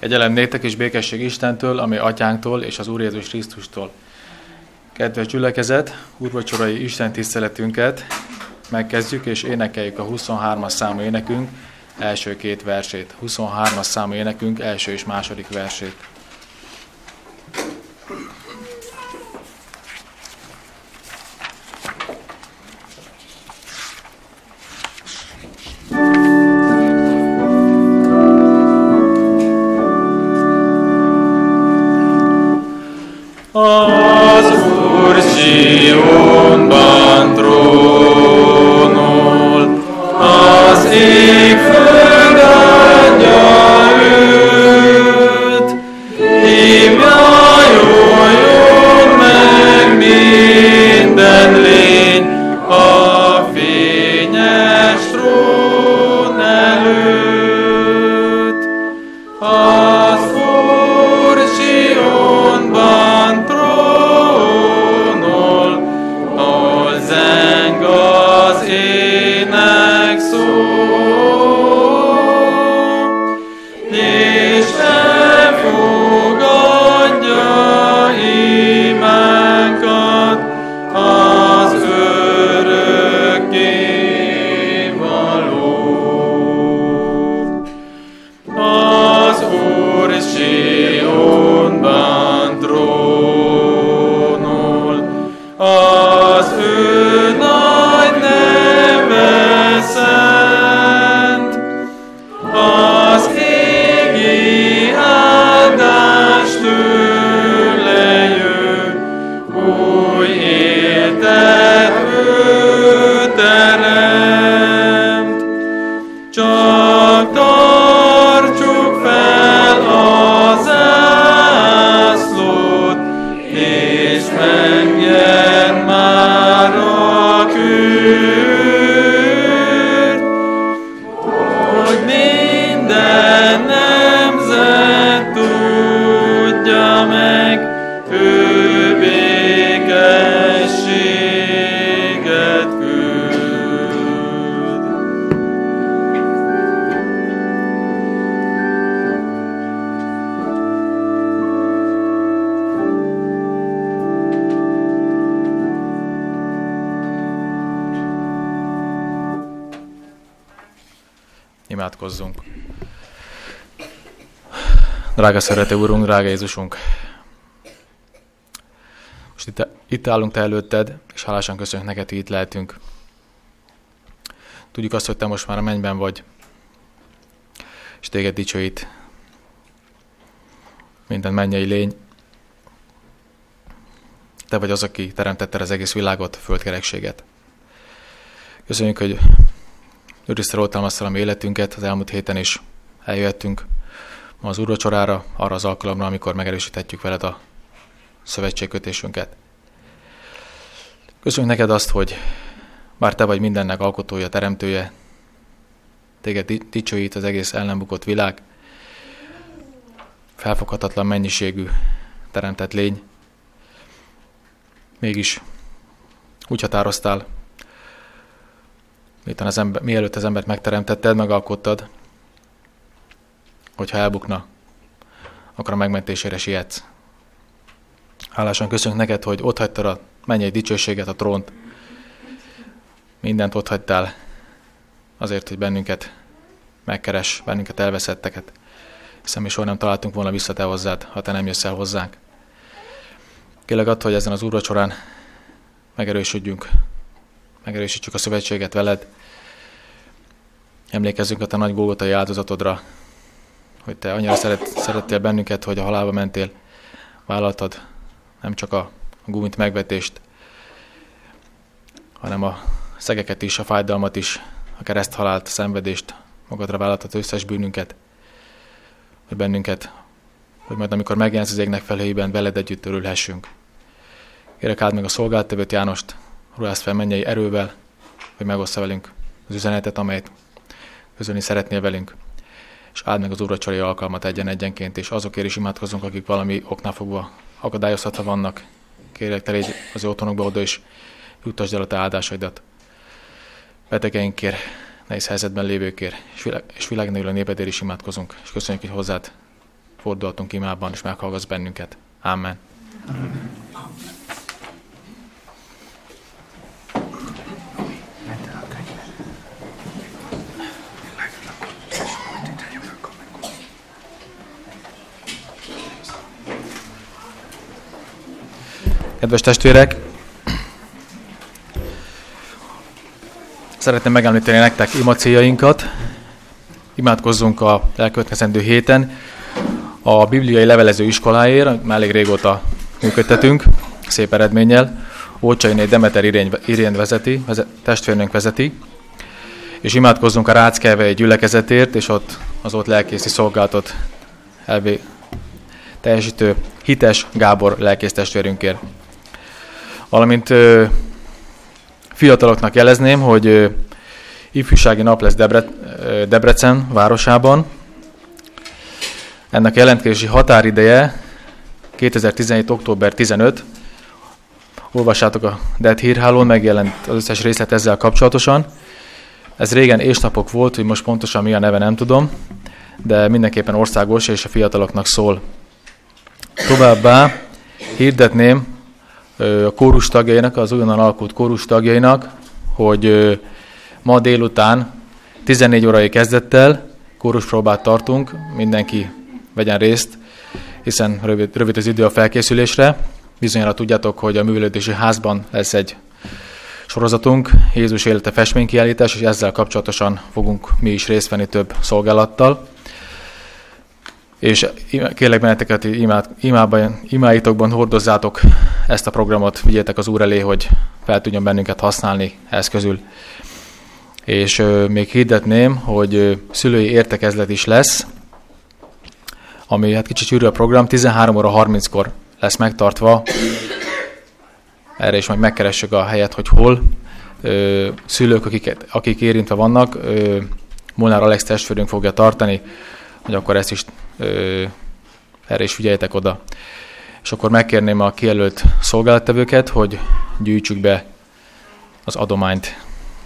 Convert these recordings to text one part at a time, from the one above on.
Kegyelem néktek és békesség Istentől, ami Atyánktól és az Úr Jézus Krisztustól. Kedves gyülekezet, úrvacsorai Isten tiszteletünket megkezdjük és énekeljük a 23-as számú énekünk első két versét. 23-as számú énekünk első és második versét. Az Úr Sionban trónol, az ég föld adja őt, hívjajoljon meg minden lény a fényes trón előtt. Az Úr Sionban trónol, ahol zeng az ének szó, és elfogadja imánkat az örökkévaló. Az Úr Sionban trónol, az ő nagy neve szent, az égi áldás tőle jön, új életet ő teremt. Csak tartsuk fel a zászlót, és menjen már a kürt, hogy minden nemzet tudja meg, ő békességet küld. Imádkozzunk. Drága szerető Úrunk, drága Jézusunk! Most itt állunk Te előtted, és hálásan köszönjük neked, hogy itt lehetünk. Tudjuk azt, hogy Te most már a mennyben vagy, és Téged dicsőít minden mennyei lény. Te vagy az, aki teremtette az egész világot, földkerekséget. Köszönjük, hogy őrizted oltalmaztál a mi életünket az elmúlt héten, és eljöhettünk ma az úrvacsorára, arra az alkalomra, amikor megerősíthetjük veled a szövetségkötésünket. Köszönjük neked azt, hogy bár Te vagy mindennek alkotója, teremtője, Téged dicsőít az egész el nem bukott világ, felfoghatatlan mennyiségű teremtett lény, mégis úgy határoztál, mielőtt az embert megteremtetted, megalkottad, hogyha elbukna, akkor a megmentésére sietsz. Hálásan köszönjük neked, hogy otthagytad a mennyei dicsőséget, a trónt. Mindent otthagytál azért, hogy bennünket megkeres, bennünket elveszetteket. Hiszen mi soha nem találtunk volna vissza Te hozzád, ha Te nem jössz el hozzánk. Kérlek attól, hogy ezen az úrvacsorán megerősítsük a szövetséget veled. Emlékezzünk a Te nagy gólgotai áldozatodra, hogy Te annyira szerettél bennünket, hogy a halálba mentél, vállaltad nem csak a gúnyt megvetést, hanem a szegeket is, a fájdalmat is, a kereszthalált, a szenvedést, magadra vállaltad összes bűnünket, hogy bennünket, hogy majd amikor megjelensz az égnek felhőjében, veled együtt örülhessünk. Kérek, áld meg a szolgálttevőt Jánost, ruházd fel mennyei erővel, hogy megossza velünk az üzenetet, amelyet közölni szeretnél velünk, és áld meg az úrvacsorai alkalmat egyenként, és azokért is imádkozunk, akik valami oknál fogva akadályozhatva vannak. Kérlek, Te légy az ő otthonokba oda, és juttasd el a Te áldásaidat. Betegeinkért, nehéz helyzetben lévőkért, és világnövő népedért is imádkozunk, és köszönjük, hogy hozzád fordulhatunk imában, és meghallgatsz bennünket. Amen. Kedves testvérek, szeretném megemlíteni nektek ima céljainkat. Imádkozzunk a elkövetkezendő héten a bibliai levelező iskoláért, már elég régóta működtetünk, szép eredménnyel. Ócsainé Demeter Irén testvérnőnk vezeti, és imádkozzunk a Ráckevei gyülekezetért, és az ott lelkészi szolgálatot teljesítő Hites Gábor lelkész testvérünkért. Valamint fiataloknak jelezném, hogy ifjúsági nap lesz Debrecen városában. Ennek jelentkezési határideje 2017. október 15. Olvassátok a DET hírhálón, megjelent az összes részlet ezzel kapcsolatosan. Ez régen ésnapok volt, hogy most pontosan mi a neve, nem tudom, de mindenképpen országos és a fiataloknak szól. Továbbá hirdetném a kórus tagjainak, az újonnan alakult kórus tagjainak, hogy ma délután 14 órai kezdettel kóruspróbát tartunk, mindenki vegyen részt, hiszen rövid az idő a felkészülésre. Bizonyára tudjátok, hogy a művelődési házban lesz egy sorozatunk, Jézus élete festménykiállítás, és ezzel kapcsolatosan fogunk mi is részt venni több szolgálattal. És kérlek benneteket, hogy imáitokban hordozzátok ezt a programot, vigyétek az Úr elé, hogy fel tudjon bennünket használni eszközül. És még hirdetném, hogy szülői értekezlet is lesz, ami hát kicsit sűrű a program, 13 óra 30-kor lesz megtartva. Erre is majd megkeressük a helyet, hogy hol. Szülők, akik érintve vannak, Molnár Alex testvérünk fogja tartani, hogy akkor ezt is erre is figyeljetek oda. És akkor megkérném a kijelölt szolgálattevőket, hogy gyűjtsük be az adományt.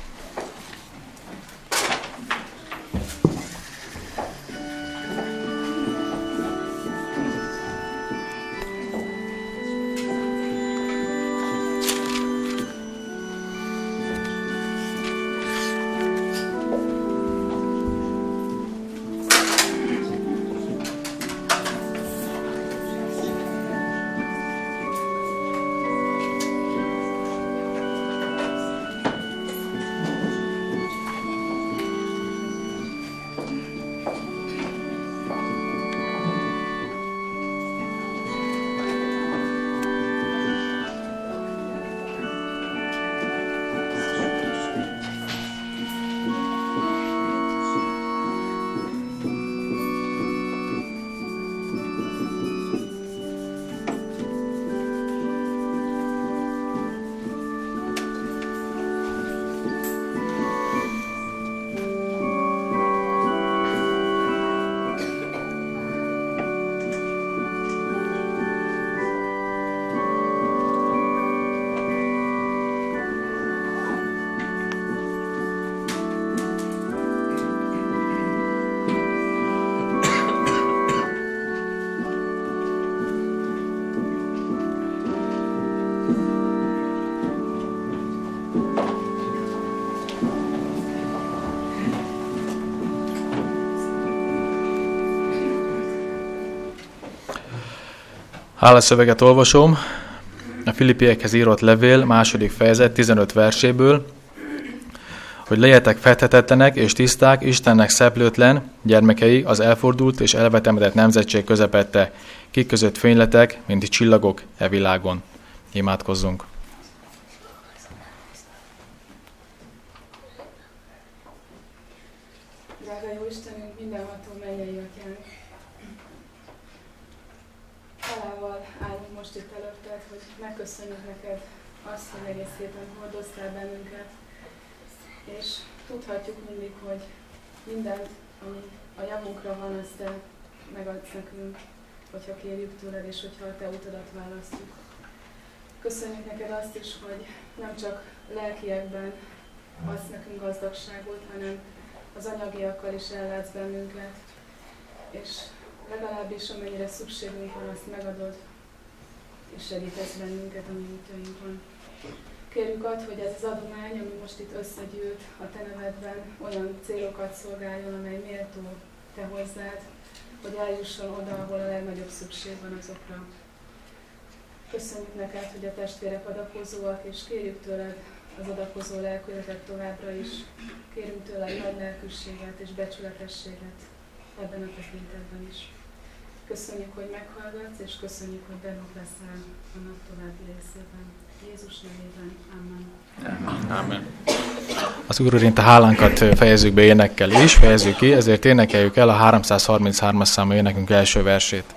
Hálaszöveget olvasom, a Filippiekhez írott levél, 2. fejezet, 15 verséből, hogy legyetek fethetetlenek és tiszták, Istennek szeplőtlen gyermekei, az elfordult és elvetemedett nemzetség közepette, kik között fényletek, mint csillagok e világon. Imádkozzunk! Drága jó Istenünk, mindenható mennyei Atyánk! Hálával állunk most itt előtted, hogy megköszönjük neked azt, hogy egész szépen hordoztál bennünket, és tudhatjuk mindig, hogy mindent, ami a javunkra van, azt te megadsz nekünk, hogyha kérjük tőled, és hogyha a te utadat választjuk. Köszönjük neked azt is, hogy nem csak lelkiekben adsz nekünk gazdagságot, hanem az anyagiakkal is ellátsz bennünket, és legalábbis amennyire szükségünk van, azt megadod, és segítesz bennünket a mi útjainkon. Kérjük add, hogy ez az adomány, ami most itt összegyűlt a Te nevedben, olyan célokat szolgáljon, amely méltó Te hozzád, hogy eljusson oda, ahol a legnagyobb szükség van azokra. Köszönjük neked, hogy a testvérek adakozóak, és kérjük tőled az adakozó lelkületet továbbra is. Kérünk tőled nagy lelkűséget és becsületességet ebben a tekintetben is. Köszönjük, hogy meghallgatsz, és köszönjük, hogy bennük leszel a nap további részében. Jézus nevében. Amen. Amen. Az Úr érint a hálánkat fejezzük be énekkel is, fejezzük ki, ezért énekeljük el a 333-as számú énekünk első versét.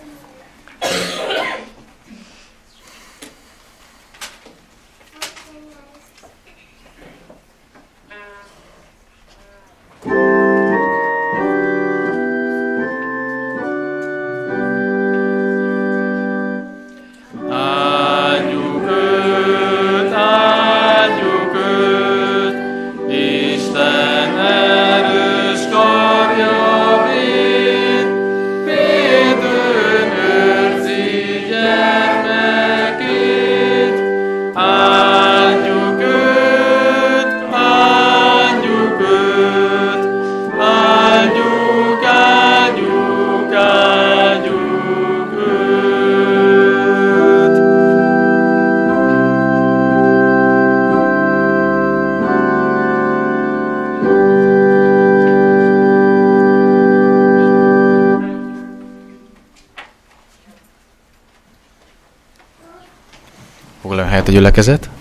Foglaljon helyet a gyülekezet.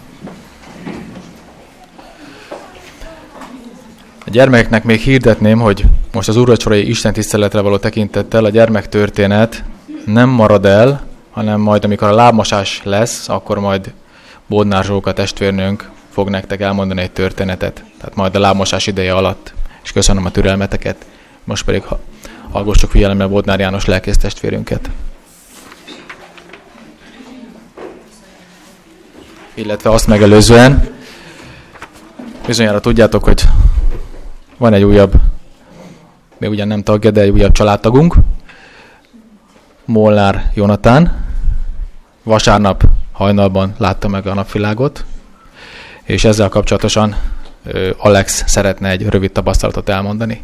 A gyermekeknek még hirdetném, hogy most az úrvacsorai istentiszteletre való tekintettel a gyermektörténet nem marad el, hanem majd, amikor a lábmosás lesz, akkor majd Bodnár Zsóka testvérnőnk fog nektek elmondani egy történetet. Tehát majd a lábmosás ideje alatt. És köszönöm a türelmeteket. Most pedig hallgassuk figyelemmel Bodnár János lelkész testvérünket. Illetve azt megelőzően bizonyára tudjátok, hogy van egy újabb, még ugyan nem tagja, de egy újabb családtagunk, Molnár Jonatán. Vasárnap hajnalban látta meg a napvilágot, és ezzel kapcsolatosan Alex szeretne egy rövid tapasztalatot elmondani.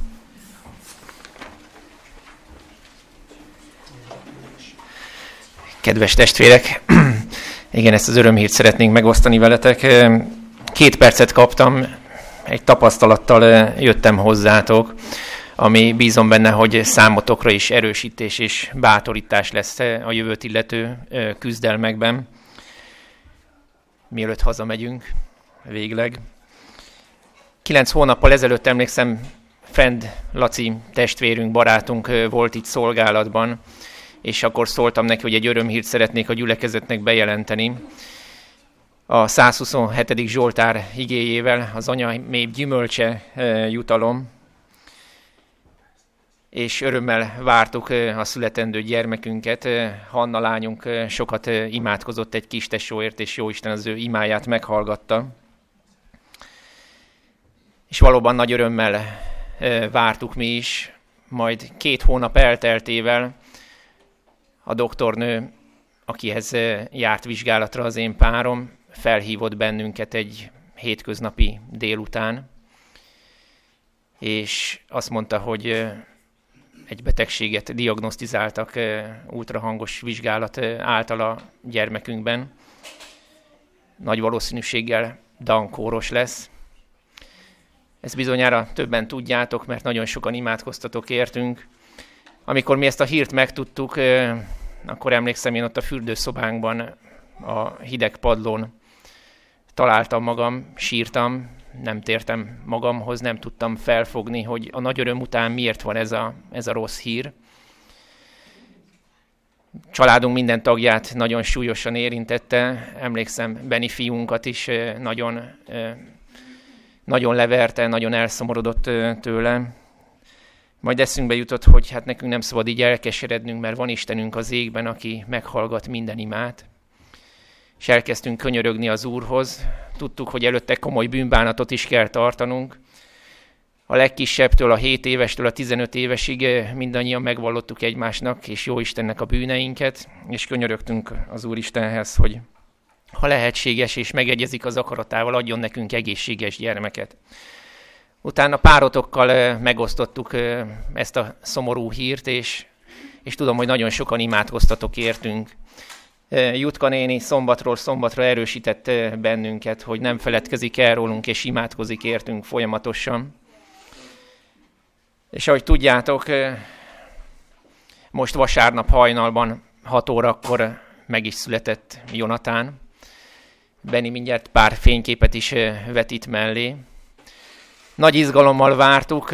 Kedves testvérek, igen, ezt az örömhírt szeretnénk megosztani veletek. 2 percet kaptam, egy tapasztalattal jöttem hozzátok, ami bízom benne, hogy számotokra is erősítés és bátorítás lesz a jövőt illető küzdelmekben. Mielőtt hazamegyünk végleg. 9 hónappal ezelőtt emlékszem, Fend Laci testvérünk, barátunk volt itt szolgálatban, és akkor szóltam neki, hogy egy örömhírt szeretnék a gyülekezetnek bejelenteni. A 127. Zsoltár igéjével, az Anya mély gyümölcse jutalom, és örömmel vártuk a születendő gyermekünket. Hanna lányunk sokat imádkozott egy kis tesóért, és Jóisten az ő imáját meghallgatta. És valóban nagy örömmel vártuk mi is, majd 2 hónap elteltével a doktornő, akihez járt vizsgálatra az én párom, felhívott bennünket egy hétköznapi délután, és azt mondta, hogy egy betegséget diagnosztizáltak ultrahangos vizsgálat által a gyermekünkben. Nagy valószínűséggel Down-kóros lesz. Ezt bizonyára többen tudjátok, mert nagyon sokan imádkoztatok értünk. Amikor mi ezt a hírt megtudtuk, akkor emlékszem, én ott a fürdőszobánkban, a hideg padlón találtam magam, sírtam, nem tértem magamhoz, nem tudtam felfogni, hogy a nagy öröm után miért van ez a rossz hír. Családunk minden tagját nagyon súlyosan érintette, emlékszem, Beni fiunkat is nagyon leverte, nagyon elszomorodott tőle. Majd eszünkbe jutott, hogy hát nekünk nem szabad így elkeserednünk, mert van Istenünk az égben, aki meghallgat minden imát. És elkezdtünk könyörögni az Úrhoz. Tudtuk, hogy előtte komoly bűnbánatot is kell tartanunk. A legkisebbtől, a 7 évestől a 15 évesig mindannyian megvallottuk egymásnak és Jóistennek a bűneinket, és könyörögtünk az Úristenhez, hogy ha lehetséges és megegyezik az akaratával, adjon nekünk egészséges gyermeket. Utána párotokkal megosztottuk ezt a szomorú hírt, és tudom, hogy nagyon sokan imádkoztatok értünk. Jutka néni szombatról szombatra erősített bennünket, hogy nem feledkezik el rólunk, és imádkozik értünk folyamatosan. És ahogy tudjátok, most vasárnap hajnalban 6 órakor meg is született Jonatán. Benni mindjárt pár fényképet is vetít mellé. Nagy izgalommal vártuk,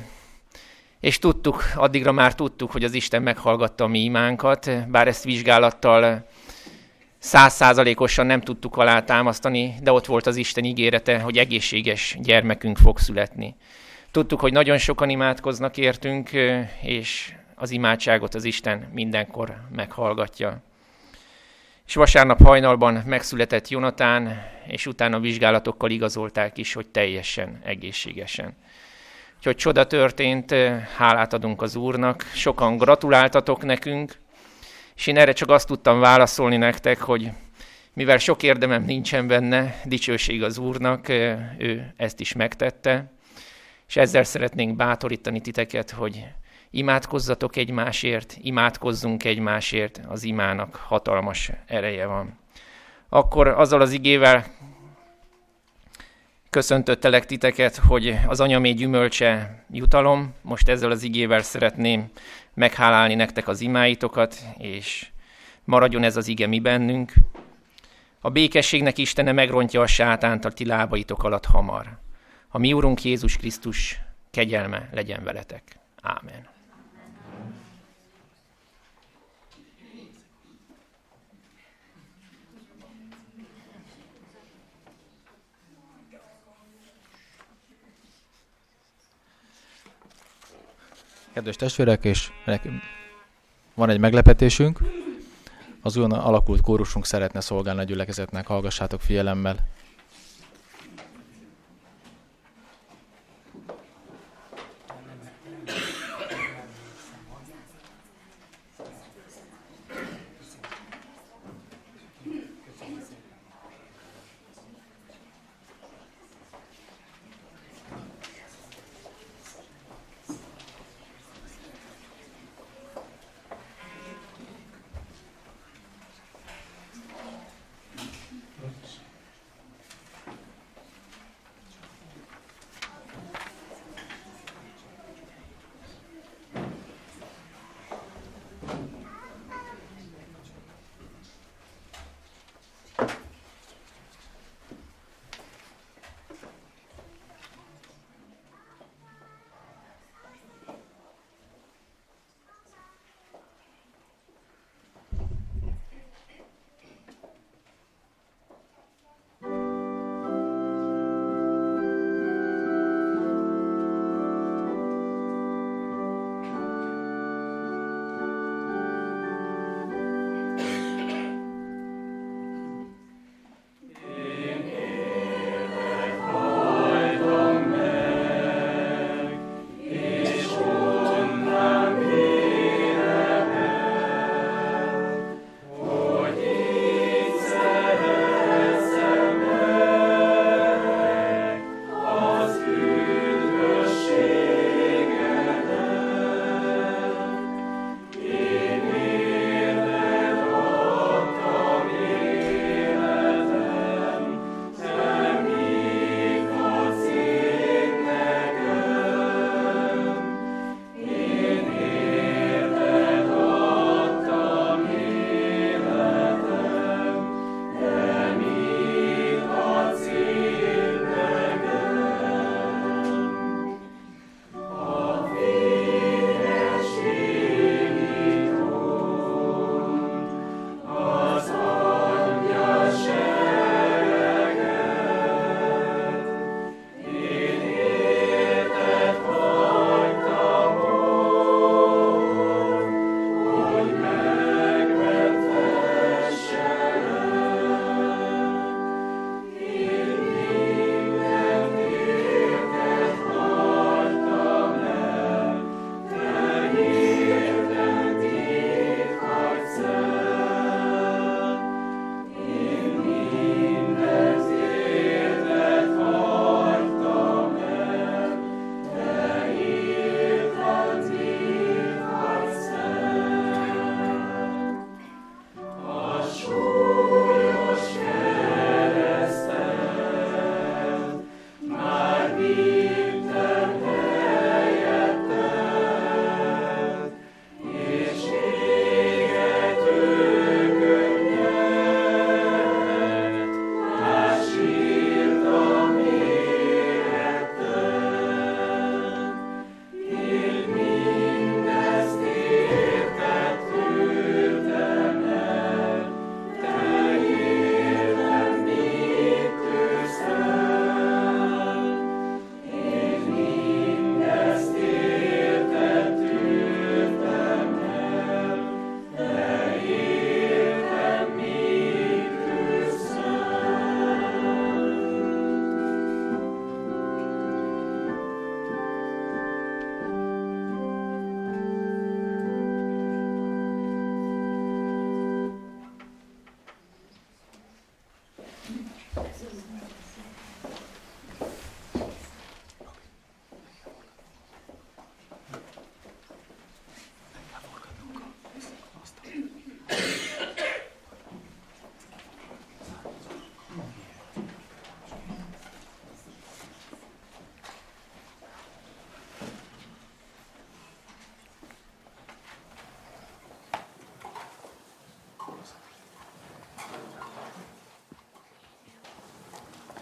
és addigra már tudtuk, hogy az Isten meghallgatta a mi imánkat, bár ezt vizsgálattal 100%-osan nem tudtuk alátámasztani, de ott volt az Isten ígérete, hogy egészséges gyermekünk fog születni. Tudtuk, hogy nagyon sokan imádkoznak értünk, és az imádságot az Isten mindenkor meghallgatja. És vasárnap hajnalban megszületett Jonatán, és utána vizsgálatokkal igazolták is, hogy teljesen egészségesen. Úgyhogy csoda történt, hálát adunk az Úrnak, sokan gratuláltatok nekünk, és én erre csak azt tudtam válaszolni nektek, hogy mivel sok érdemem nincsen benne, dicsőség az Úrnak, ő ezt is megtette, és ezzel szeretnénk bátorítani titeket, hogy imádkozzatok egymásért, imádkozzunk egymásért, az imának hatalmas ereje van. Akkor azzal az igével köszöntöttelek titeket, hogy az anyamé gyümölcse jutalom. Most ezzel az igével szeretném meghálálni nektek az imáitokat, és maradjon ez az ige mi bennünk. A békességnek Istene megrontja a sátánt a ti lábaitok alatt hamar. A mi Urunk Jézus Krisztus kegyelme legyen veletek. Ámen. Kedves testvérek, és van egy meglepetésünk. Az újonnan alakult kórusunk szeretne szolgálni a gyülekezetnek. Hallgassátok figyelemmel.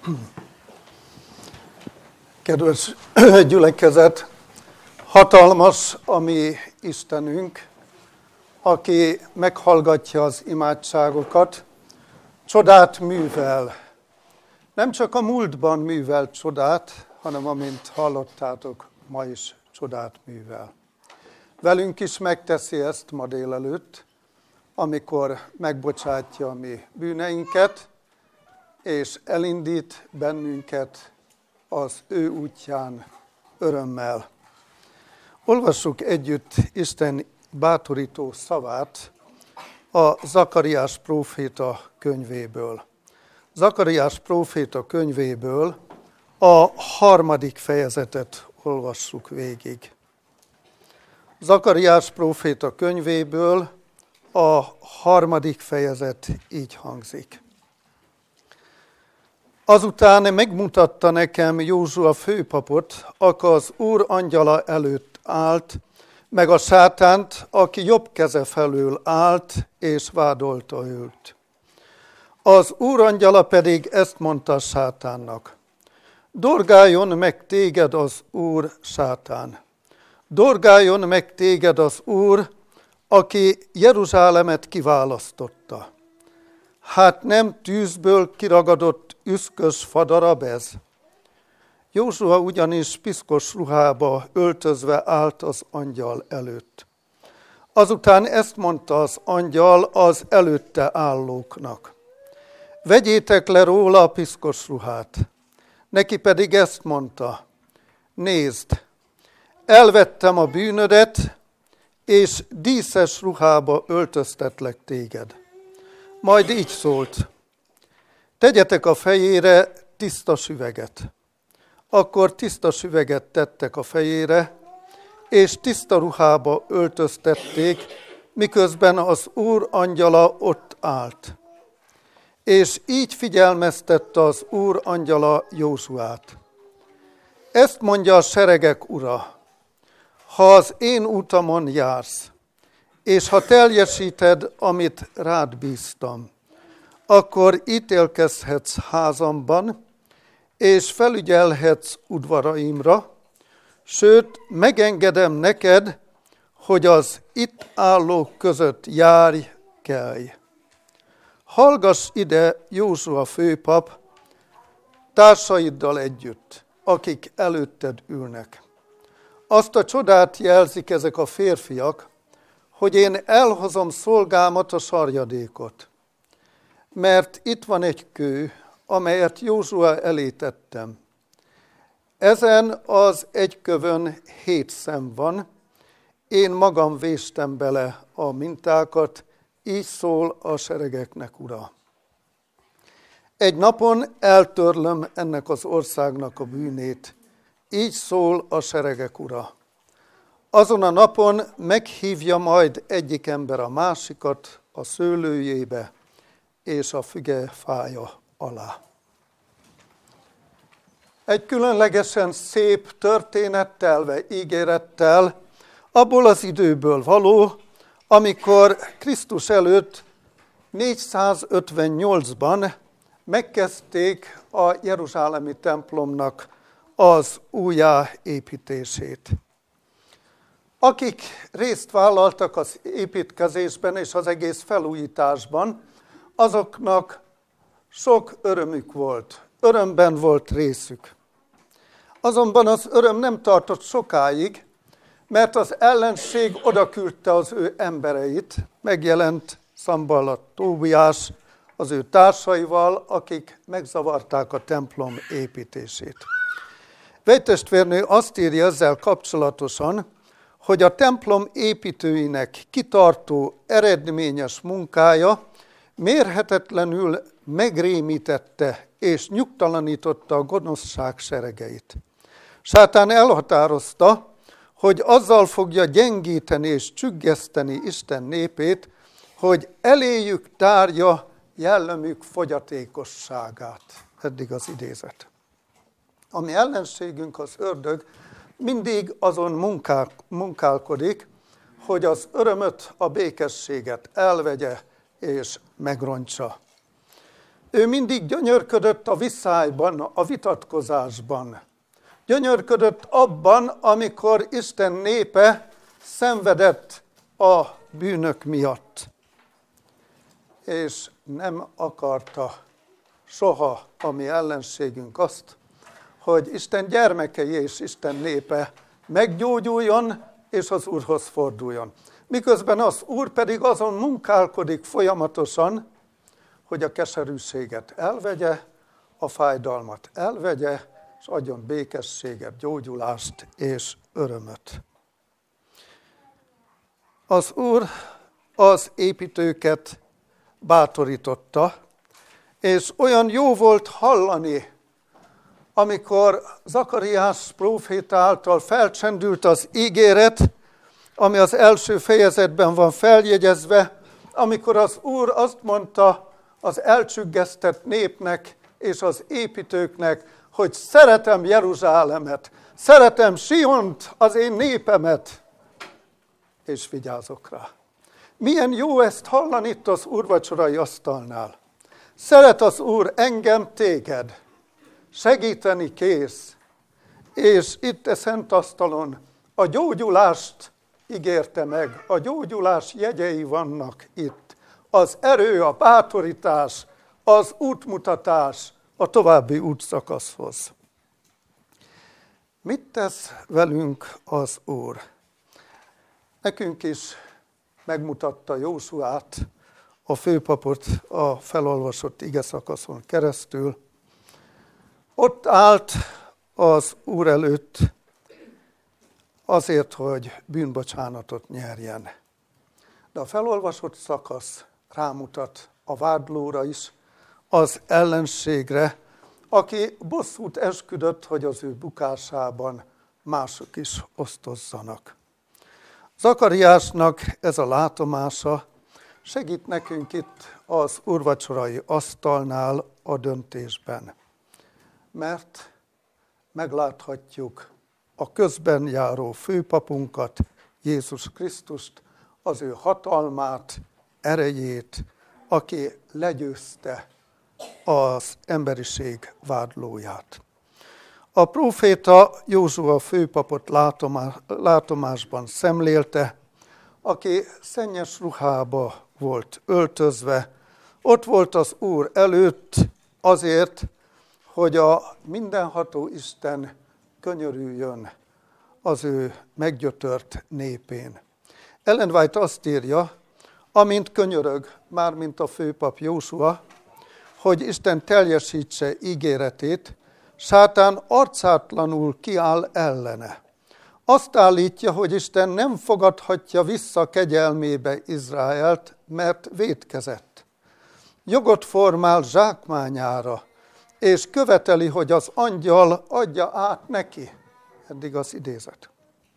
Kedves gyülekezet, hatalmas a mi Istenünk, aki meghallgatja az imádságokat, csodát művel. Nem csak a múltban művelt csodát, hanem amint hallottátok, ma is csodát művel. Velünk is megteszi ezt ma délelőtt, amikor megbocsátja a mi bűneinket, és elindít bennünket az ő útján örömmel. Olvassuk együtt Isten bátorító szavát a Zakariás próféta könyvéből. Zakariás próféta könyvéből a 3. fejezetet olvassuk végig. Zakariás próféta könyvéből a 3. fejezet így hangzik. Azután megmutatta nekem Józsua főpapot, aki az Úr angyala előtt állt, meg a sátánt, aki jobb keze felől állt, és vádolta őt. Az Úr angyala pedig ezt mondta sátánnak: dorgáljon meg téged az Úr, sátán! Dorgáljon meg téged az Úr, aki Jeruzsálemet kiválasztotta. Hát nem tűzből kiragadott üszkös fadarab ez? Józsua ugyanis piszkos ruhába öltözve állt az angyal előtt. Azután ezt mondta az angyal az előtte állóknak: vegyétek le róla a piszkos ruhát. Neki pedig ezt mondta: nézd, elvettem a bűnödet, és díszes ruhába öltöztetlek téged. Majd így szólt: tegyetek a fejére tiszta süveget. Akkor tiszta süveget tettek a fejére, és tiszta ruhába öltöztették, miközben az Úr angyala ott állt. És így figyelmeztette az Úr angyala Józsuát: ezt mondja a seregek Ura, ha az én utamon jársz, és ha teljesíted, amit rád bíztam, akkor ítélkezhetsz házamban, és felügyelhetsz udvaraimra, sőt, megengedem neked, hogy az itt állók között járj, kelj. Hallgass ide, Józsua főpap, társaiddal együtt, akik előtted ülnek. Azt a csodát jelzik ezek a férfiak, hogy én elhozom szolgámat, a sarjadékot. Mert itt van egy kő, amelyet Józsua elé tettem. Ezen az egy kövön 7 szem van, én magam véstem bele a mintákat, így szól a seregeknek Ura. Egy napon eltörlöm ennek az országnak a bűnét, így szól a seregek Ura. Azon a napon meghívja majd egyik ember a másikat a szőlőjébe és a fügefája alá. Egy különlegesen szép történettel, vagy ígérettel, abból az időből való, amikor Krisztus előtt 458-ban megkezdték a jeruzsálemi templomnak az újjáépítését. Akik részt vállaltak az építkezésben és az egész felújításban, azoknak sok örömük volt, örömben volt részük. Azonban az öröm nem tartott sokáig, mert az ellenség odaküldte az ő embereit, megjelent Szamballat Tóbiás az ő társaival, akik megzavarták a templom építését. Vejtestvérnő azt írja ezzel kapcsolatosan, hogy a templom építőinek kitartó, eredményes munkája mérhetetlenül megrémítette és nyugtalanította a gonoszság seregeit. Sátán elhatározta, hogy azzal fogja gyengíteni és csüggeszteni Isten népét, hogy eléjük tárja jellemük fogyatékosságát. Eddig az idézet. A mi ellenségünk, az ördög, mindig azon munkálkodik, hogy az örömöt, a békességet elvegye és megrontsa. Ő mindig gyönyörködött a viszályban, a vitatkozásban. Gyönyörködött abban, amikor Isten népe szenvedett a bűnök miatt. És nem akarta soha a mi ellenségünk azt, hogy Isten gyermekei és Isten népe meggyógyuljon és az Úrhoz forduljon. Miközben az Úr pedig azon munkálkodik folyamatosan, hogy a keserűséget elvegye, a fájdalmat elvegye, és adjon békességet, gyógyulást és örömöt. Az Úr az építőket bátorította, és olyan jó volt hallani, amikor Zakariás próféta által felcsendült az ígéret, ami az első fejezetben van feljegyezve, amikor az Úr azt mondta az elcsüggesztett népnek és az építőknek, hogy szeretem Jeruzsálemet, szeretem Siont, az én népemet, és vigyázok rá. Milyen jó ezt hallani itt az úrvacsorai asztalnál. Szeret az Úr engem, téged, segíteni kész, és itt a szent asztalon a gyógyulást ígérte meg, a gyógyulás jegyei vannak itt. Az erő, a bátorítás, az útmutatás a további útszakaszhoz. Mit tesz velünk az Úr? Nekünk is megmutatta Jósuát, a főpapot a felolvasott igeszakaszon keresztül. Ott állt az Úr előtt azért, hogy bűnbocsánatot nyerjen. De a felolvasott szakasz rámutat a vádlóra is, az ellenségre, aki bosszút esküdött, hogy az ő bukásában mások is osztozzanak. Zakariásnak ez a látomása segít nekünk itt az úrvacsorai asztalnál a döntésben, mert megláthatjuk a közben járó főpapunkat, Jézus Krisztust, az ő hatalmát, erejét, aki legyőzte az emberiség vádlóját. A próféta Józsua főpapot látomásban szemlélte, aki szennyes ruhába volt öltözve, ott volt az Úr előtt azért, hogy a mindenható Isten könyörüljön az ő meggyötört népén. Ellen White azt írja, amint könyörög, mármint a főpap Józsua, hogy Isten teljesítse ígéretét, sátán arcátlanul kiáll ellene. Azt állítja, hogy Isten nem fogadhatja vissza kegyelmébe Izraelt, mert vétkezett. Jogot formál zsákmányára, és követeli, hogy az angyal adja át neki. Eddig az idézet.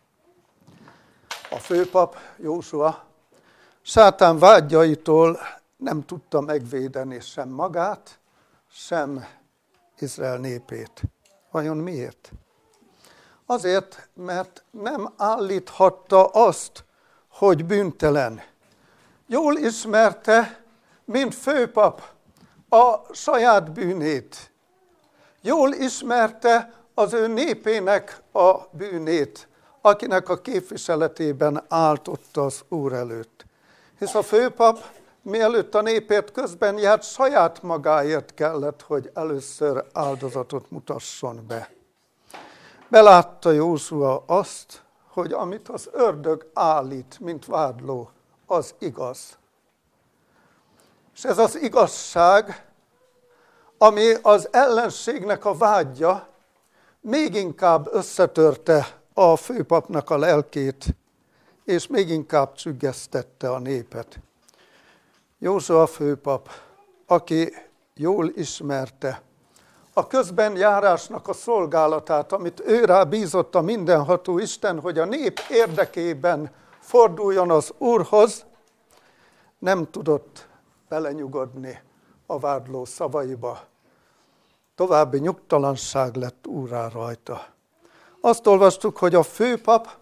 A főpap Józsua sátán vágyaitól nem tudta megvédeni sem magát, sem Izrael népét. Vajon miért? Azért, mert nem állíthatta azt, hogy bűntelen. Jól ismerte, mint főpap, a saját bűnét. Jól ismerte az ő népének a bűnét, akinek a képviseletében állt ott az Úr előtt. Hisz a főpap, mielőtt a népért közben járt, saját magáért kellett, hogy először áldozatot mutasson be. Belátta Józsua azt, hogy amit az ördög állít, mint vádló, az igaz. És ez az igazság, ami az ellenségnek a vágya, még inkább összetörte a főpapnak a lelkét, és még inkább csüggesztette a népet. Józsua főpap, aki jól ismerte a közben járásnak a szolgálatát, amit ő rá bízott a mindenható Isten, hogy a nép érdekében forduljon az Úrhoz, nem tudott belenyugodni a vádló szavaiba. További nyugtalanság lett úrrá rajta. Azt olvastuk, hogy a főpap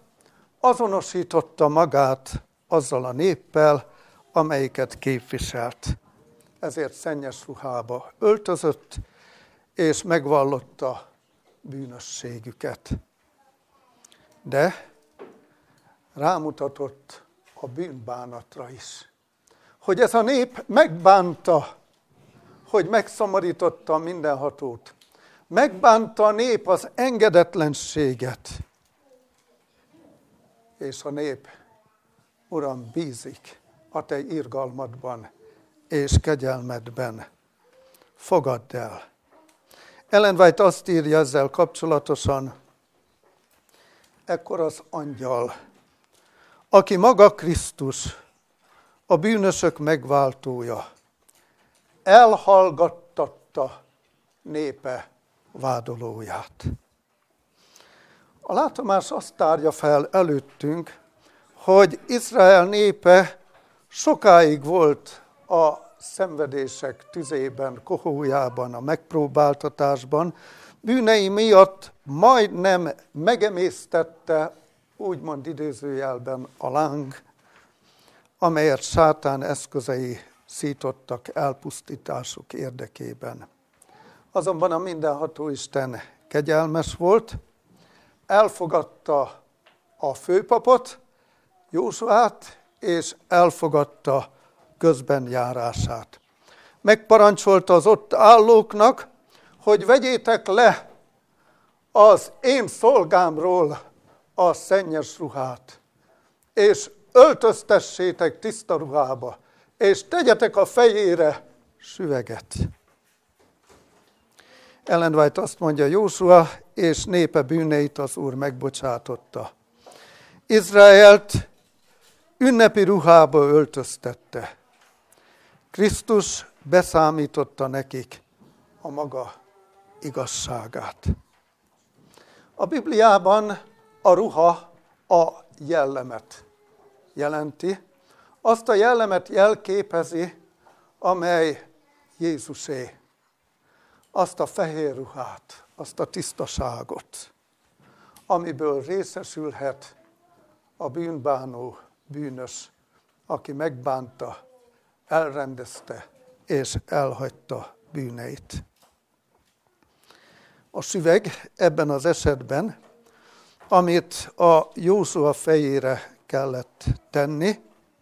azonosította magát azzal a néppel, amelyiket képviselt. ezért szennyes ruhába öltözött, és megvallotta bűnösségüket. De rámutatott a bűnbánatra is. Hogy ez a nép megbánta, hogy megszomorította a mindenhatót. Megbánta a nép az engedetlenséget. És a nép, Uram, bízik a te irgalmadban és kegyelmedben. Fogadd el. Ellen White azt írja ezzel kapcsolatosan, ekkor az angyal, aki maga Krisztus, a bűnösök megváltója, elhallgattatta népe vádolóját. A látomás azt tárja fel előttünk, hogy Izrael népe sokáig volt a szenvedések tüzében, kohójában, a megpróbáltatásban, bűnei miatt majdnem megemésztette, úgymond idézőjelben a láng, amelyet sátán eszközei szítottak elpusztításuk érdekében. Azonban a mindenható Isten kegyelmes volt, elfogadta a főpapot, Jósuát, és elfogadta közbenjárását. Megparancsolta az ott állóknak, hogy vegyétek le az én szolgámról a szennyes ruhát, és öltöztessétek tiszta ruhába, és tegyetek a fejére süveget. Ellen White azt mondja, Jósua és népe bűneit az Úr megbocsátotta. Izraelt ünnepi ruhába öltöztette. Krisztus beszámította nekik a maga igazságát. A Bibliában a ruha a jellemet jelenti. Azt a jellemet jelképezi, amely Jézusé. Azt a fehér ruhát, azt a tisztaságot, amiből részesülhet a bűnbánó bűnös, aki megbánta, elrendezte és elhagyta bűneit. A süveg ebben az esetben, amit a Jósua fejére kellett tenni,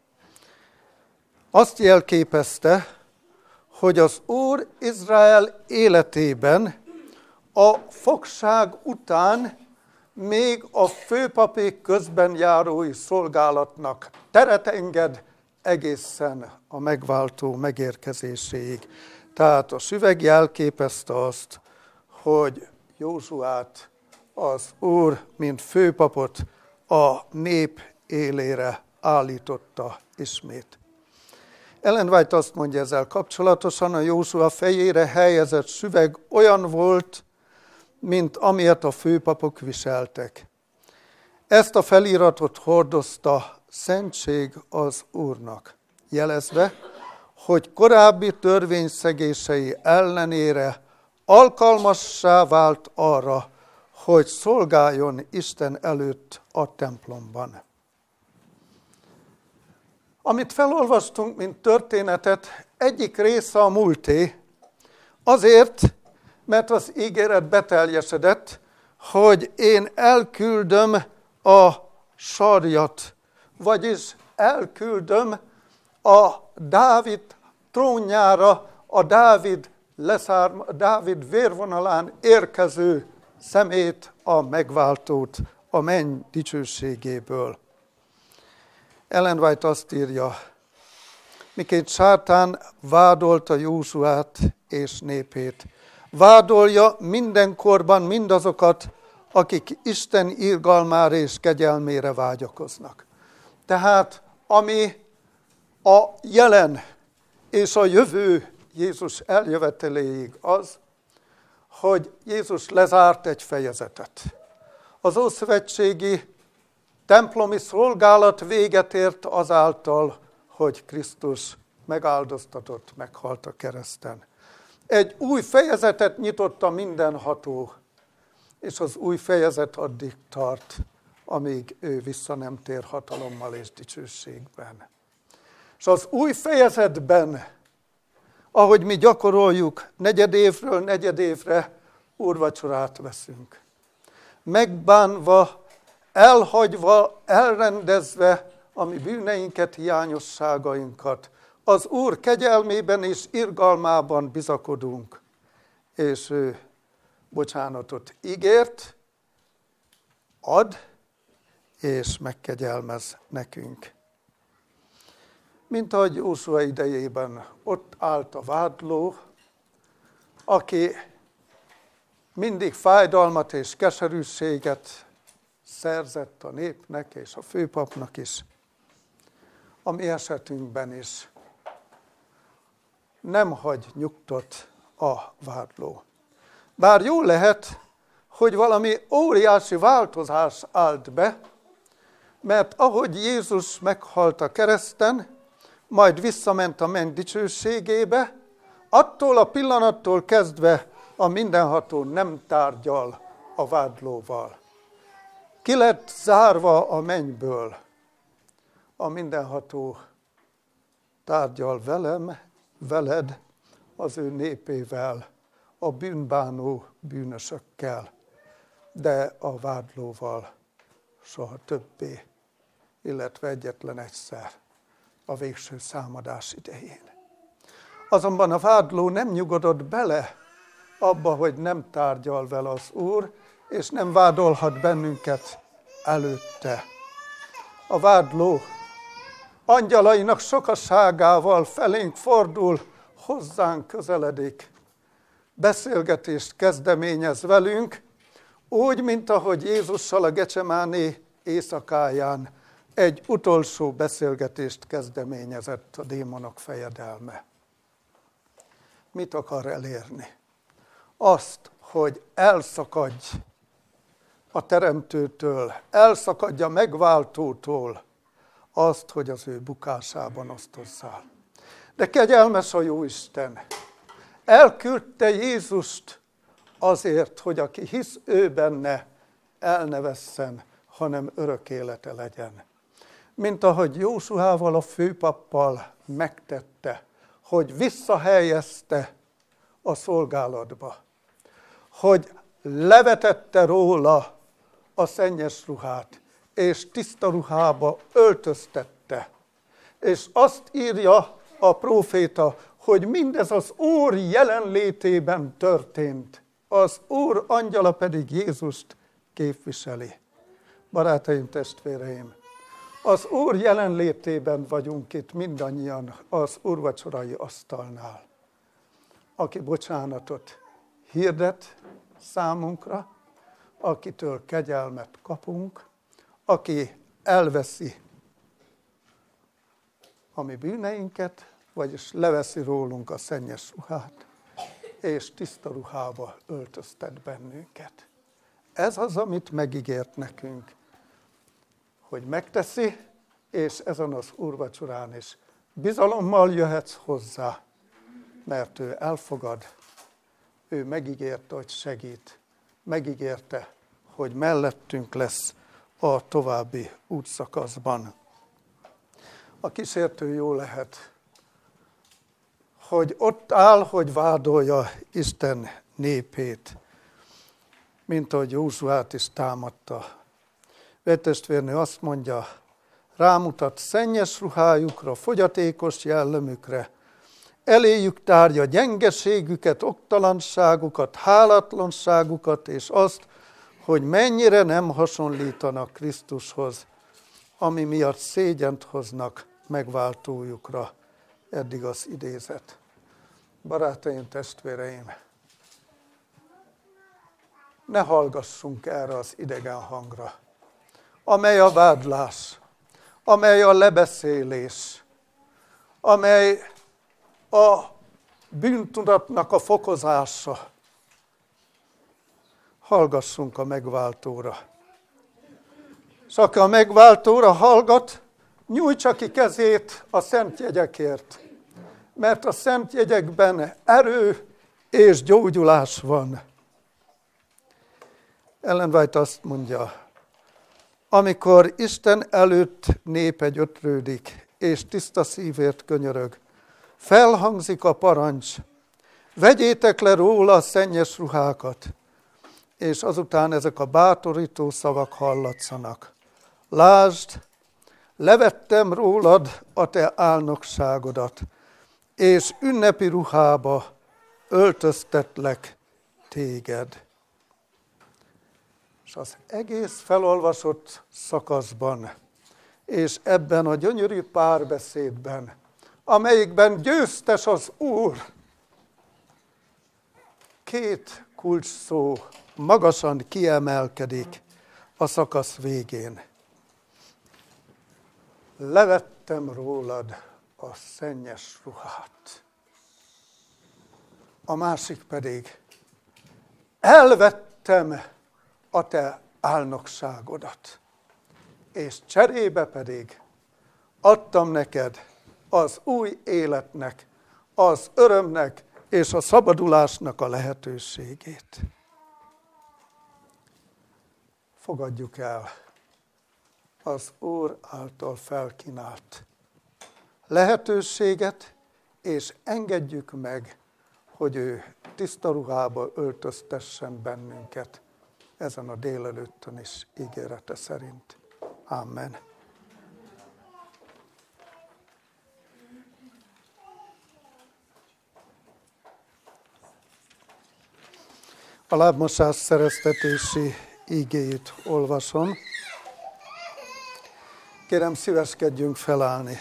azt jelképezte, hogy az Úr Izrael életében a fogság után még a főpapi közbenjárói szolgálatnak teret enged egészen a megváltó megérkezéséig. Tehát a süveg jelképezte azt, hogy Józsuát az Úr, mint főpapot a nép élére állította ismét. Ellen White azt mondja ezzel kapcsolatosan, a Józsua fejére helyezett süveg olyan volt, mint amilyet a főpapok viseltek. Ezt a feliratot hordozta szentség az Úrnak, jelezve, hogy korábbi törvényszegései ellenére alkalmassá vált arra, hogy szolgáljon Isten előtt a templomban. Amit felolvastunk, mint történetet, egyik része a múlté, azért, mert az ígéret beteljesedett, hogy én elküldöm a sarjat, vagyis elküldöm a Dávid trónjára, a Dávid vérvonalán érkező szemét, a megváltót a menny dicsőségéből. Ellen White azt írja, miként sátán vádolta Józsuát és népét, vádolja mindenkorban mindazokat, akik Isten irgalmára és kegyelmére vágyakoznak. Tehát ami a jelen és a jövő Jézus eljöveteléig az, hogy Jézus lezárt egy fejezetet. Az ószövetségi templomi szolgálat véget ért azáltal, hogy Krisztus megáldoztatott, meghalt a kereszten. Egy új fejezetet nyitott a mindenható, és az új fejezet addig tart, amíg ő vissza nem tér hatalommal és dicsőségben. És az új fejezetben ahogy mi gyakoroljuk, negyedévről negyedévre úrvacsorát veszünk. Megbánva, elhagyva, elrendezve a mi bűneinket, hiányosságainkat. Az Úr kegyelmében és irgalmában bizakodunk, és ő bocsánatot ígért, ad, és megkegyelmez nekünk. Mint ahogy Józsua idejében ott állt a vádló, aki mindig fájdalmat és keserűséget szerzett a népnek és a főpapnak is. A mi esetünkben is nem hagy nyugtot a vádló. Bár jó lehet, hogy valami óriási változás állt be, mert ahogy Jézus meghalt a kereszten, majd visszament a menny dicsőségébe, attól a pillanattól kezdve a mindenható nem tárgyal a vádlóval. Ki lett zárva a mennyből, a mindenható tárgyal velem, veled, az ő népével, a bűnbánó bűnösökkel, de a vádlóval soha többé, illetve egyetlen egyszer a végső számadás idején. Azonban a vádló nem nyugodott bele abba, hogy nem tárgyal vele az Úr, és nem vádolhat bennünket előtte. A vádló angyalainak sokaságával felénk fordul, hozzánk közeledik, beszélgetést kezdeményez velünk, úgy, mint ahogy Jézussal a Gecsemáné éjszakáján egy utolsó beszélgetést kezdeményezett a démonok fejedelme. Mit akar elérni? Azt, hogy elszakadj a Teremtőtől, elszakadj a Megváltótól, azt, hogy az ő bukásában osztozzál. De kegyelmes a Jóisten. Elküldte Jézust azért, hogy aki hisz ő benne, el ne vesszen, hanem örök élete legyen. Mint ahogy Józsuával, a főpappal megtette, hogy visszahelyezte a szolgálatba, hogy levetette róla a szennyes ruhát, és tiszta ruhába öltöztette. És azt írja a próféta, hogy mindez az Úr jelenlétében történt. Az Úr angyala pedig Jézust képviseli. Barátaim, testvéreim, az Úr jelenlétében vagyunk itt mindannyian az úrvacsorai asztalnál, aki bocsánatot hirdet számunkra, akitől kegyelmet kapunk, aki elveszi a mi bűneinket, vagyis leveszi rólunk a szennyes ruhát, és tiszta ruhába öltöztet bennünket. Ez az, amit megígért nekünk, hogy megteszi, és ezen az úrvacsorán is bizalommal jöhetsz hozzá, mert ő elfogad, ő megígérte, hogy segít, megígérte, hogy mellettünk lesz a további útszakaszban. A kísértő jó lehet, hogy ott áll, hogy vádolja Isten népét, mint ahogy Józsuát is támadta. Testvérnő azt mondja, rámutat szennyes ruhájukra, fogyatékos jellemükre, eléjük tárja gyengeségüket, oktalanságukat, hálatlanságukat, és azt, hogy mennyire nem hasonlítanak Krisztushoz, ami miatt szégyent hoznak megváltójukra. Eddig az idézet. Barátaim, testvéreim, ne hallgassunk erre az idegen hangra, amely a vádlás, amely a lebeszélés, amely a bűntudatnak a fokozása. Hallgassunk a megváltóra. És aki a megváltóra hallgat, nyújtsa ki kezét a szent jegyekért, mert a szent jegyekben erő és gyógyulás van. Ellen White azt mondja, amikor Isten előtt népe gyötrődik, és tiszta szívért könyörög, Felhangzik a parancs, vegyétek le róla a szennyes ruhákat, és azután ezek a bátorító szavak hallatszanak. Lásd, levettem rólad a te álnokságodat, és ünnepi ruhába öltöztetlek téged. És az egész felolvasott szakaszban, és ebben a gyönyörű párbeszédben, amelyikben győztes az Úr, két kulcsszó magasan kiemelkedik a szakasz végén. Levettem rólad a szennyes ruhát. A másik pedig, elvettem a te álnokságodat, és cserébe pedig adtam neked az új életnek, az örömnek és a szabadulásnak a lehetőségét. Fogadjuk el az Úr által felkínált lehetőséget, és engedjük meg, hogy ő tiszta ruhába öltöztessen bennünket ezen a délelőttön is ígérete szerint. Amen. A lábmosás szereztetési igéjét olvasom. Kérem, szíveskedjünk felállni.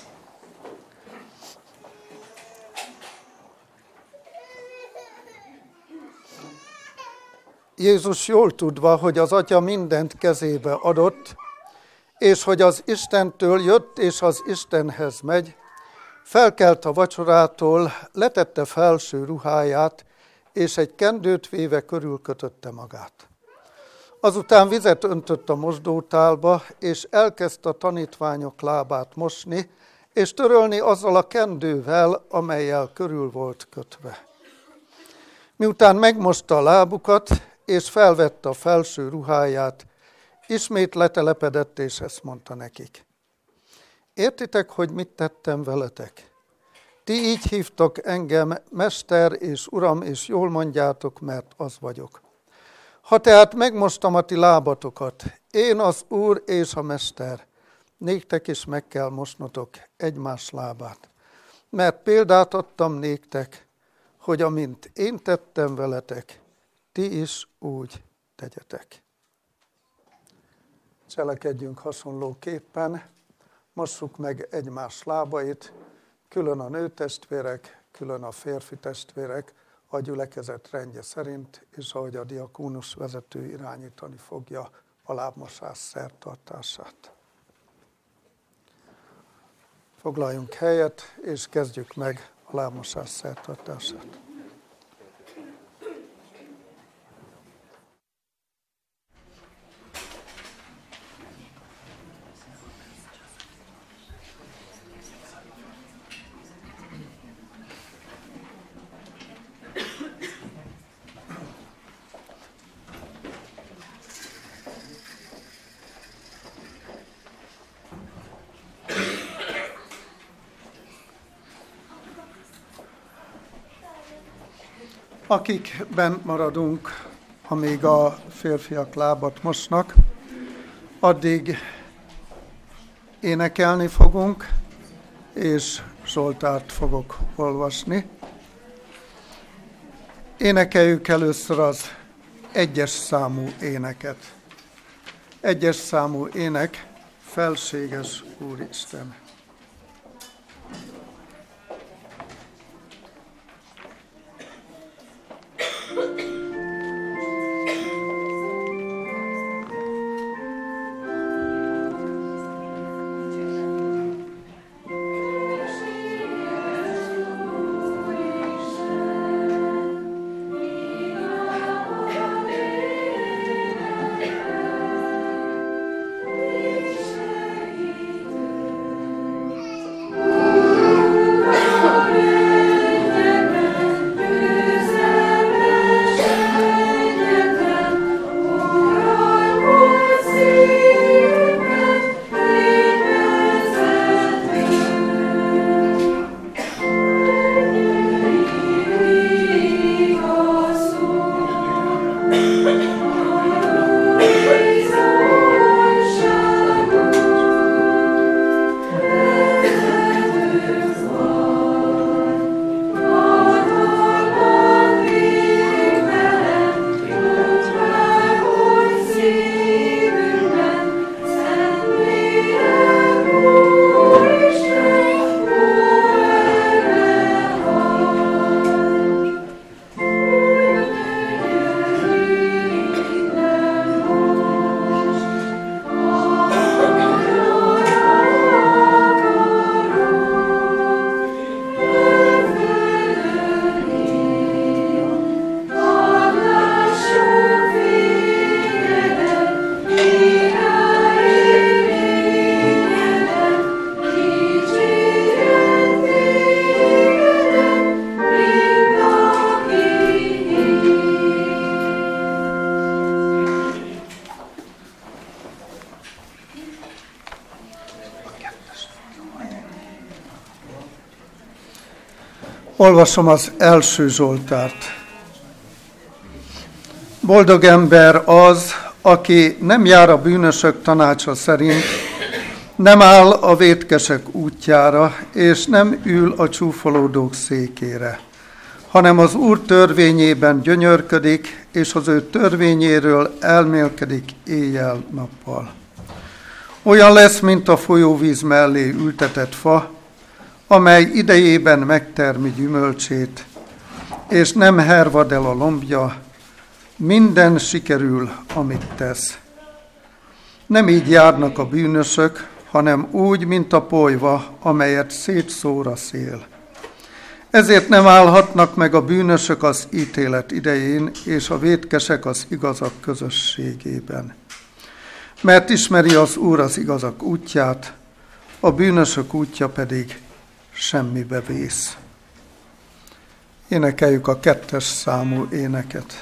Jézus jól tudva, hogy az Atya mindent kezébe adott, és hogy az Istentől jött és az Istenhez megy, felkelt a vacsorától, letette felső ruháját, és egy kendőt véve körülkötötte magát. Azután vizet öntött a mosdótálba, és elkezdte a tanítványok lábát mosni, és törölni azzal a kendővel, amellyel körül volt kötve. Miután megmosta a lábukat, és felvette a felső ruháját, ismét letelepedett, és ezt mondta nekik. Értitek, hogy mit tettem veletek? Ti így hívtok engem Mester és Uram, és jól mondjátok, mert az vagyok. Ha tehát megmostam a ti lábatokat, én az Úr és a Mester, néktek is meg kell mosnotok egymás lábát. Mert példát adtam néktek, hogy amint én tettem veletek, ti is úgy tegyetek. Cselekedjünk hasonlóképpen, mossuk meg egymás lábait, külön a nőtestvérek, külön a férfi testvérek, a gyülekezet rendje szerint, és ahogy a diakónus vezető irányítani fogja a lábmosás szertartását. Foglaljunk helyet, és kezdjük meg a lábmosás szertartását. Akik bent maradunk, amíg a férfiak lábat mosnak, addig énekelni fogunk, és Zsoltárt fogok olvasni. Énekeljük először az 1-es számú éneket. 1-es számú ének, Felséges Úristen. Olvasom az első Zsoltárt. Boldog ember az, aki nem jár a bűnösök tanácsa szerint, nem áll a vétkesek útjára, és nem ül a csúfolódók székére, hanem az Úr törvényében gyönyörködik, és az ő törvényéről elmélkedik éjjel-nappal. Olyan lesz, mint a folyóvíz mellé ültetett fa, amely idejében megtermi gyümölcsét, és nem hervad el a lombja, minden sikerül, amit tesz. Nem így járnak a bűnösök, hanem úgy, mint a polyva, amelyet szétszór a szél. Ezért nem állhatnak meg a bűnösök az ítélet idején, és a vétkesek az igazak közösségében. Mert ismeri az Úr az igazak útját, a bűnösök útja pedig semmibe vész. Énekeljük a 2. számú éneket.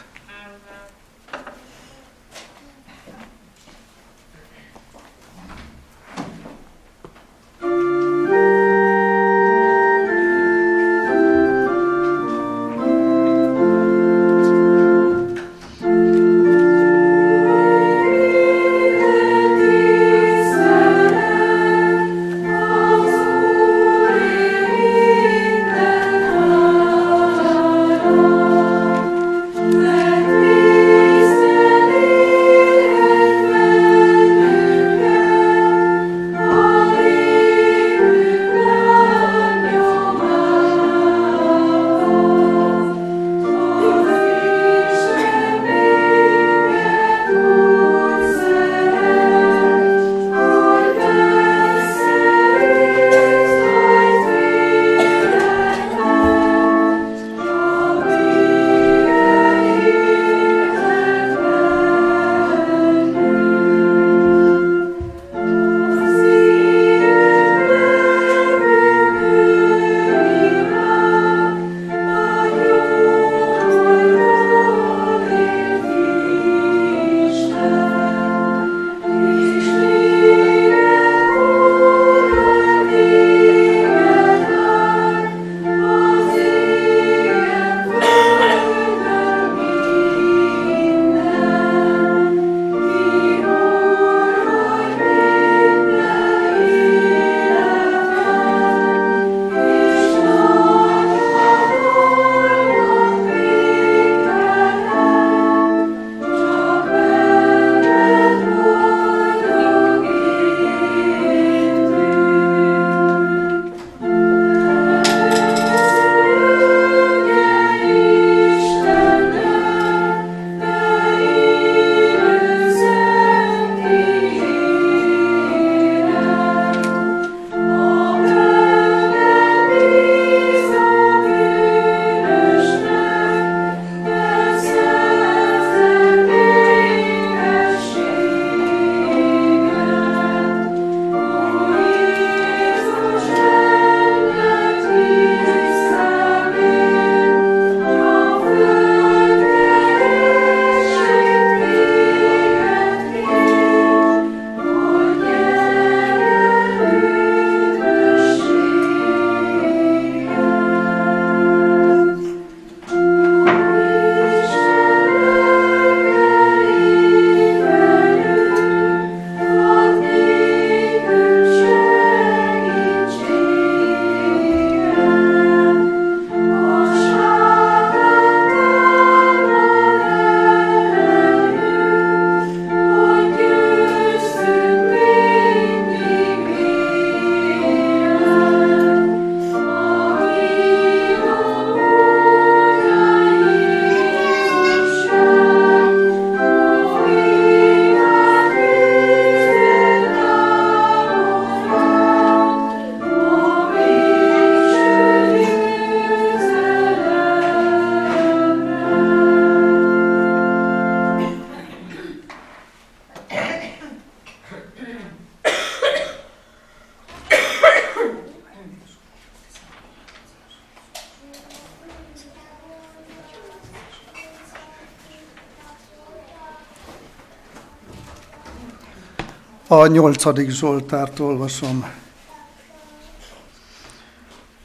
A 8. Zsoltárt olvasom.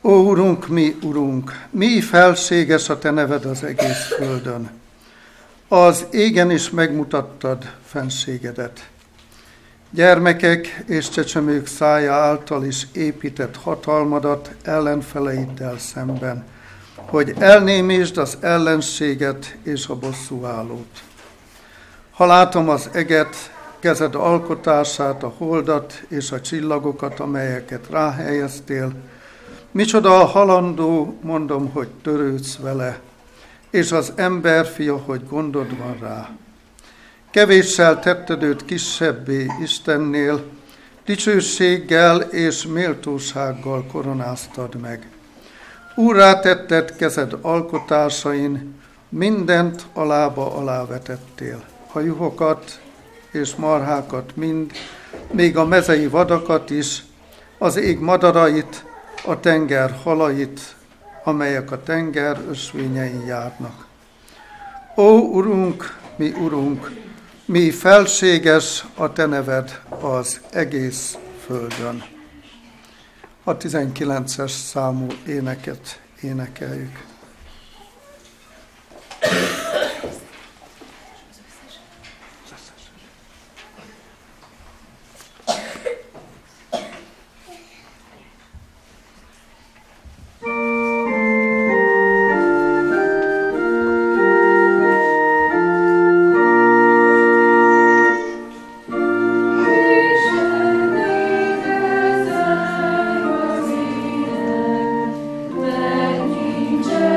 Ó, Urunk, mi Urunk, mi felséges a Te neved az egész földön. Az égen is megmutattad fenségedet. Gyermekek és csecsemők szája által is épített hatalmadat ellenfeleiddel szemben, hogy elnémítsd az ellenséget és a bosszúállót. Ha látom az eget, kezed alkotását, a holdat és a csillagokat, amelyeket ráhelyeztél, micsoda a halandó, mondom, hogy törődsz vele, és az emberfia, hogy gondod van rá. Kevéssel tetted őt kisebbé Istennél, dicsőséggel és méltósággal koronáztad meg. Úrrá tetted kezed alkotásain, mindent a lába alá vetettél. A juhokat és marhákat mind, még a mezei vadakat is, az ég madarait, a tenger halait, amelyek a tenger ösvényein járnak. Ó, Urunk, mi felséges a Te neved az egész földön. A 19-es számú éneket énekeljük. Nincs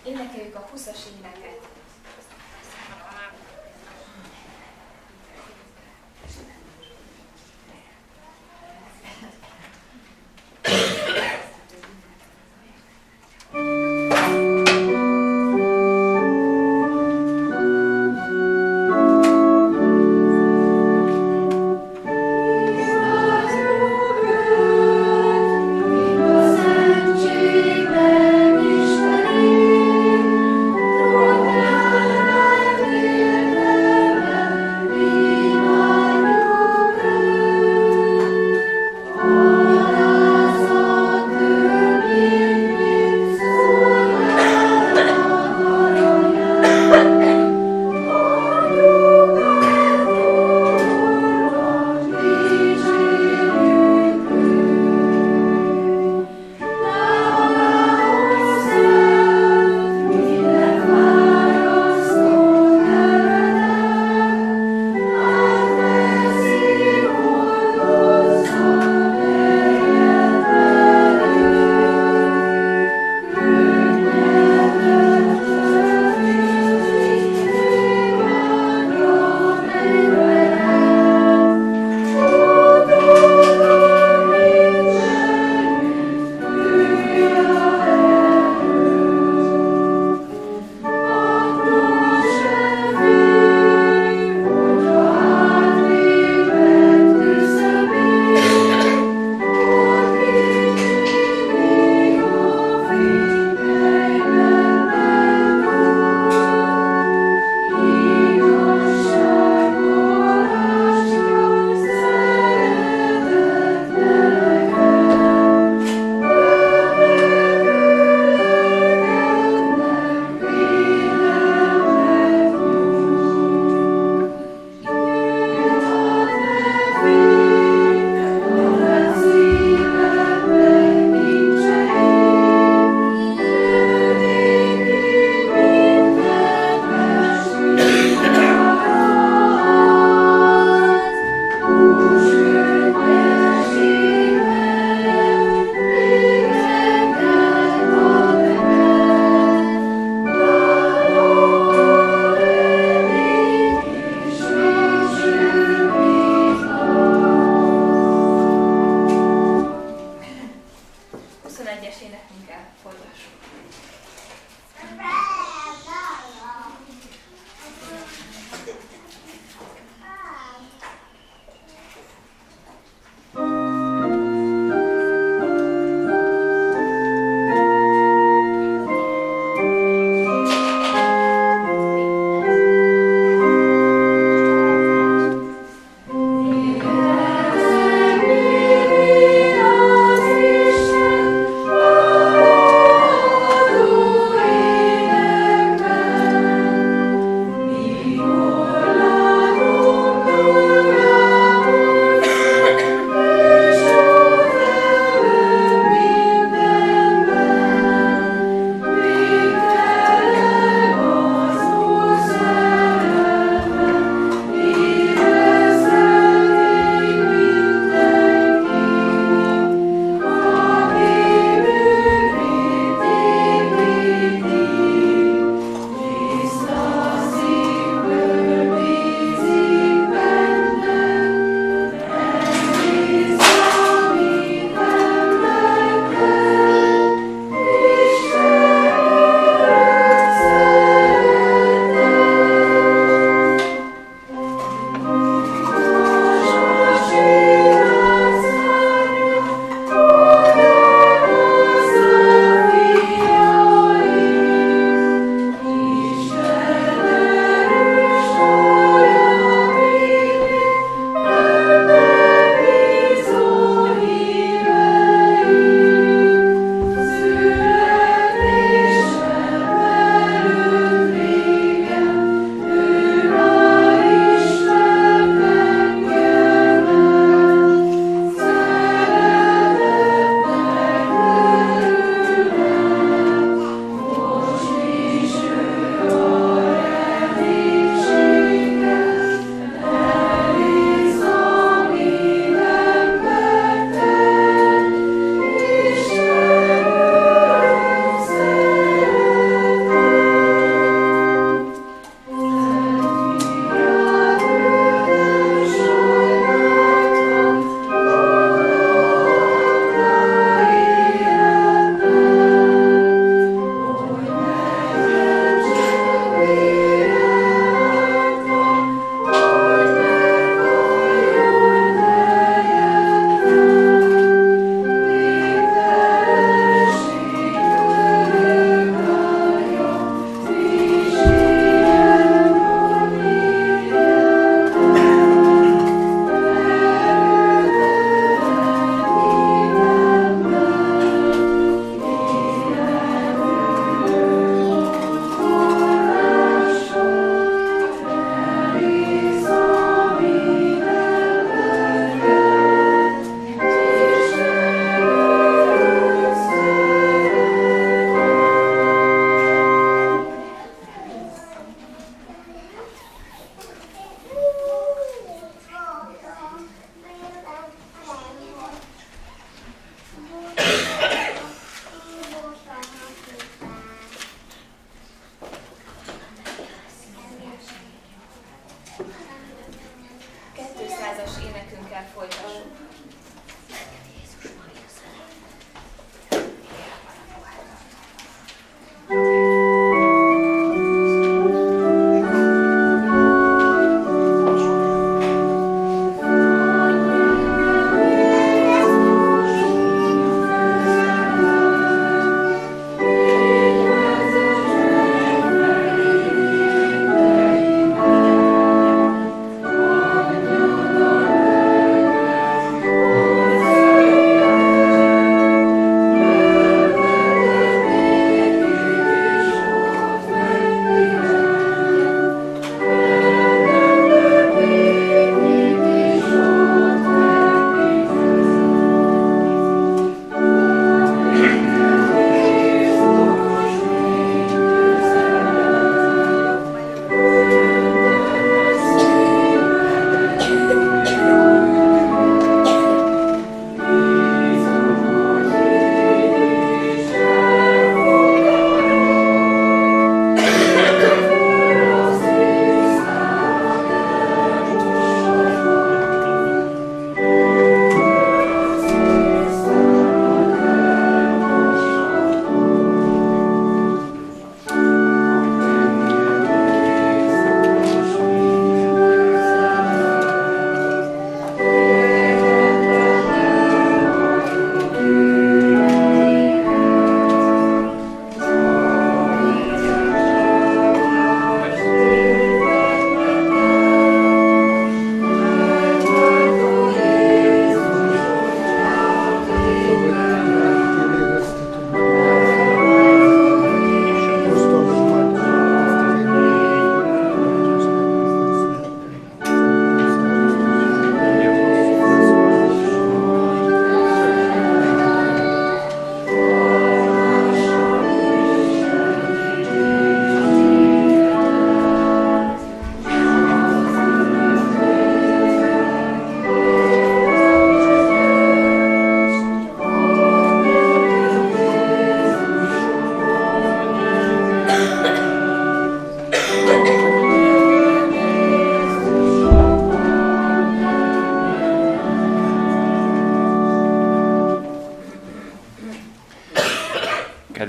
Énekeljük a 20-as éneket. Szentségben Istenünk,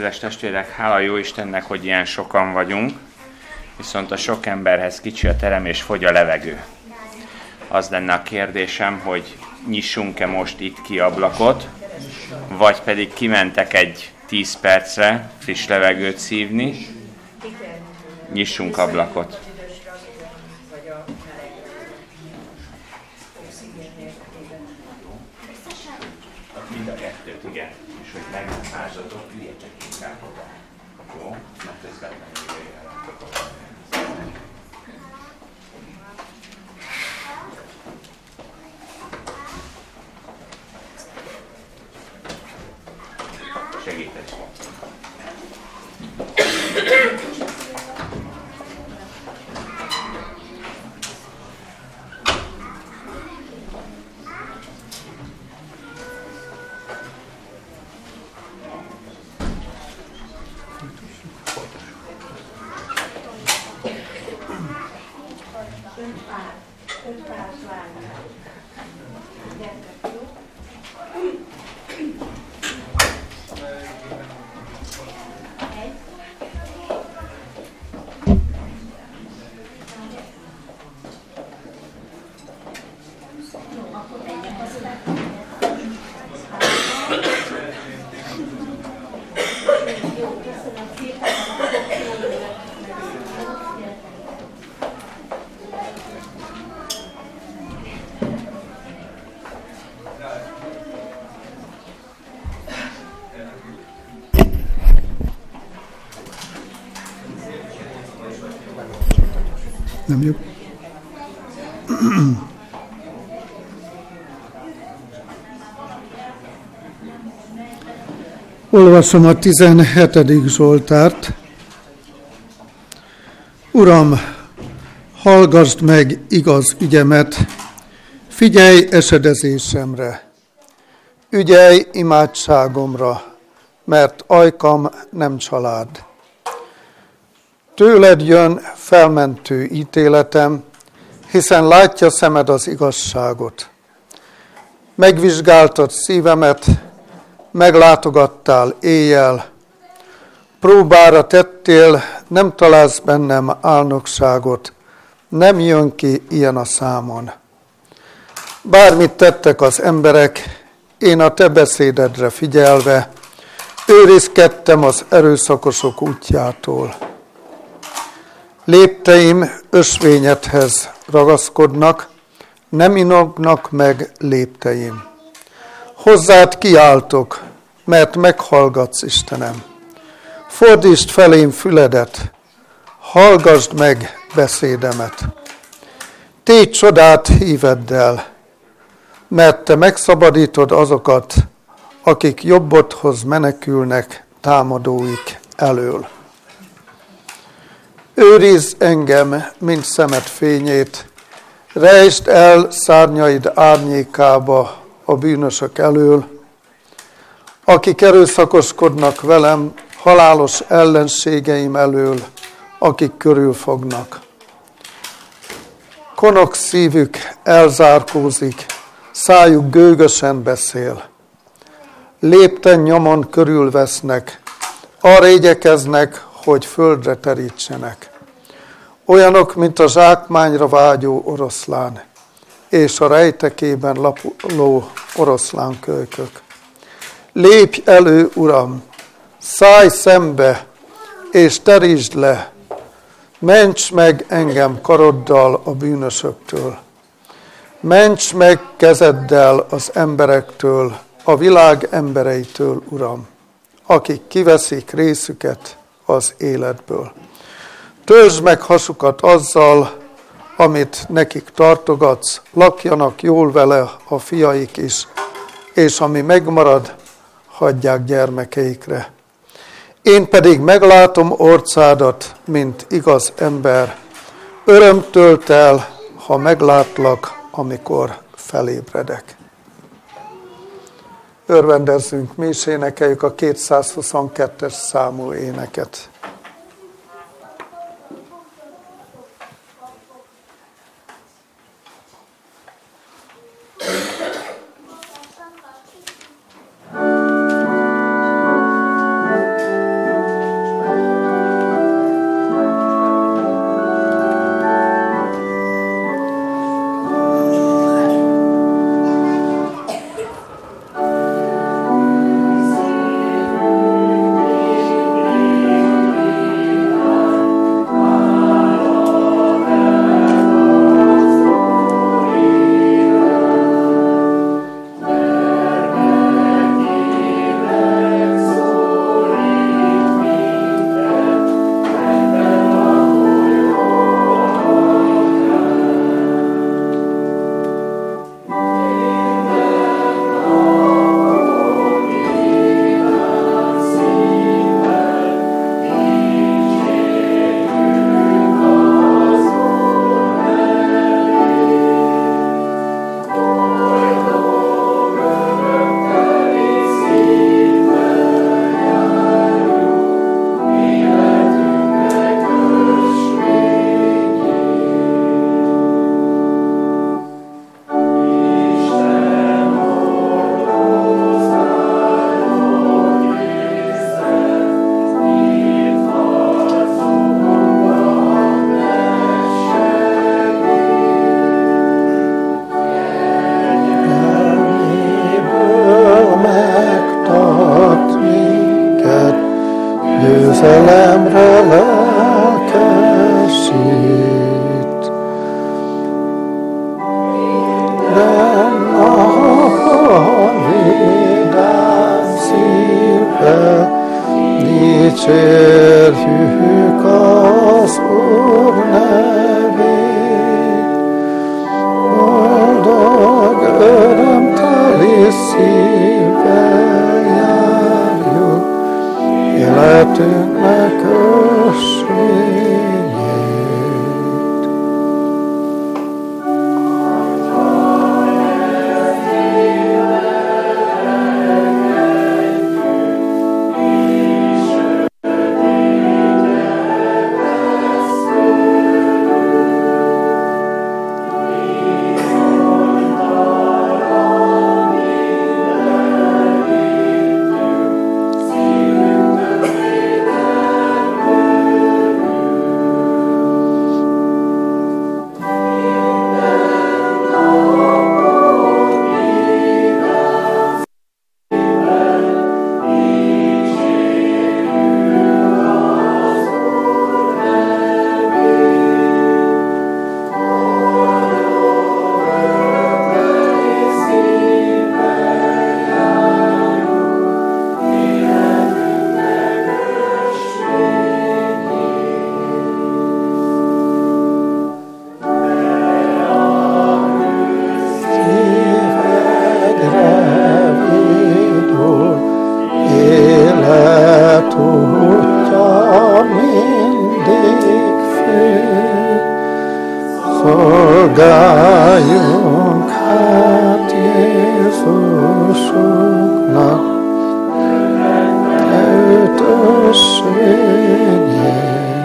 Kedves testvérek, hála jó Istennek, hogy ilyen sokan vagyunk, viszont a sok emberhez kicsi a terem és fogy a levegő. Az lenne a kérdésem, hogy nyissunk-e most itt ki ablakot, vagy pedig kimentek egy 10 percre friss levegőt szívni. Nyissunk ablakot. Mind a kettőt, igen. És hogy megmászatok, üljetek inkább oda. Jó? Mert közvetlenül jöjjenek oda. Segítek. Nem jó. Olvasom a 17. Zsoltárt. Uram, hallgasd meg igaz ügyemet, figyelj esedezésemre, ügyelj imádságomra, mert ajkam nem család. Tőled jön felmentő ítéletem, hiszen látja szemed az igazságot. Megvizsgáltad szívemet, meglátogattál éjjel, próbára tettél, nem találsz bennem álnokságot, nem jön ki ilyen a számon. Bármit tettek az emberek, én a te beszédedre figyelve, őrizkedtem az erőszakosok útjától. Lépteim ösvényedhez ragaszkodnak, nem inognak meg lépteim. Hozzád kiáltok, mert meghallgatsz, Istenem. Fordítsd felém füledet, hallgasd meg beszédemet. Tégy csodát híveddel, mert te megszabadítod azokat, akik jobbodhoz menekülnek támadóik elől. Őrizd engem, mint szemed fényét, rejtsd el szárnyaid árnyékába a bűnösök elől, akik erőszakoskodnak velem, halálos ellenségeim elől, akik körülfognak. Konok szívük elzárkózik, szájuk gőgösen beszél. Lépten nyomon körülvesznek, arra igyekeznek, hogy földre terítsenek. Olyanok, mint a zsákmányra vágyó oroszlán, és a rejtekében lapuló oroszlánkölykök. Lépj elő, Uram, szállj szembe, és terítsd le, ments meg engem karoddal a bűnösöktől. Ments meg kezeddel az emberektől, a világ embereitől, Uram, akik kiveszik részüket az életből. Töltsd meg hasukat azzal, amit nekik tartogatsz, lakjanak jól vele a fiaik is, és ami megmarad, hagyják gyermekeikre. Én pedig meglátom orcádat, mint igaz ember. Öröm tölt el, ha meglátlak, amikor felébredek. Örvendezzünk mi is, énekeljük a 222-es számú éneket. élemre lelkesít. Vidám szívvel dicsérjük az Úr nevét. Boldog örömteli szívvel járjuk életünknek ösvényét. Szolgáljunk hát Jézusuknak, őt ösvényét.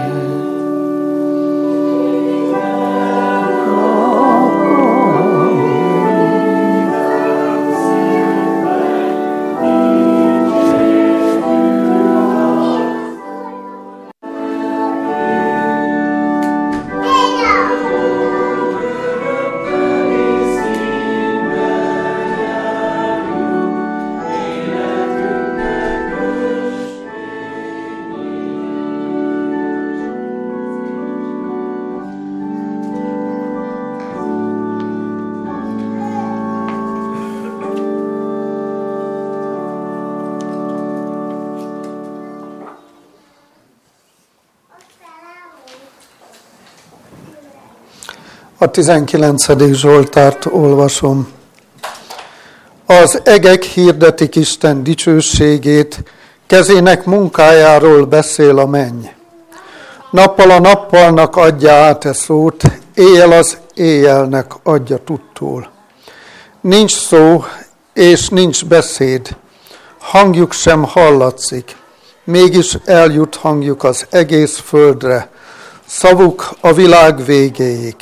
A 19. Zsoltárt olvasom. Az egek hirdetik Isten dicsőségét, kezének munkájáról beszél a menny. Nappal a nappalnak adja át e szót, éjjel az éjjelnek adja tudtul. Nincs szó, és nincs beszéd, hangjuk sem hallatszik, mégis eljut hangjuk az egész földre, szavuk a világ végéig.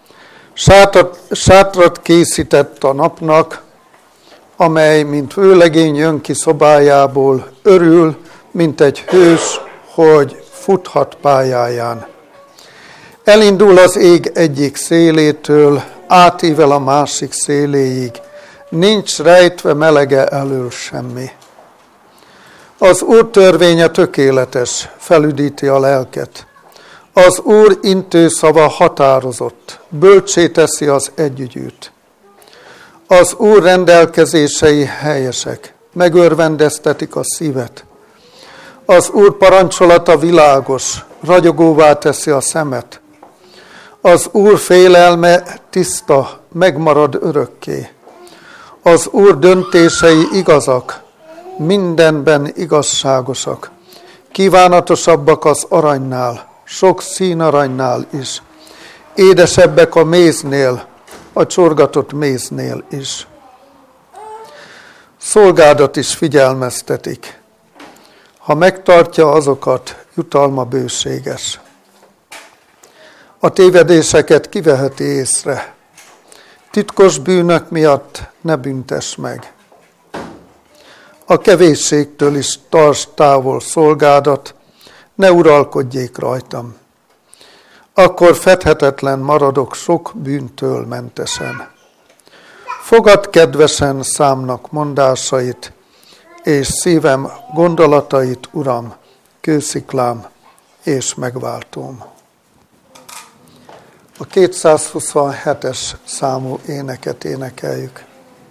Sátrat készített a napnak, amely, mint vőlegény jön ki szobájából, örül, mint egy hős, hogy futhat pályáján. Elindul az ég egyik szélétől, átível a másik széléig, nincs rejtve melege elől semmi. Az Úr törvénye tökéletes, felüdíti a lelket. Az Úr intő szava határozott, bölcsé teszi az együgyűt. Az Úr rendelkezései helyesek, megörvendeztetik a szívet. Az Úr parancsolata világos, ragyogóvá teszi a szemet. Az Úr félelme tiszta, megmarad örökké. Az Úr döntései igazak, mindenben igazságosak. Kívánatosabbak az aranynál, sok színaranynál is. Édesebbek a méznél, a csorgatott méznél is. Szolgádat is figyelmeztetik. Ha megtartja azokat, jutalma bőséges. A tévedéseket kiveheti észre. Titkos bűnök miatt ne büntess meg. A kevésségtől is tarts távol szolgádat, ne uralkodjék rajtam. Akkor fedhetetlen maradok sok bűntől mentesen. Fogad kedvesen számnak mondásait, és szívem gondolatait, Uram, kősziklám és megváltóm. A 227-es számú éneket énekeljük.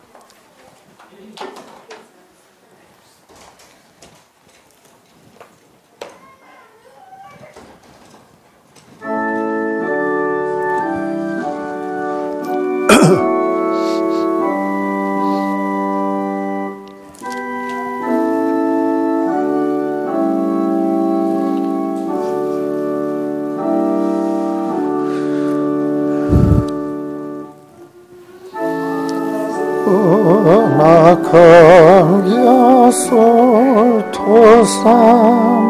Hangja szólt hozzám.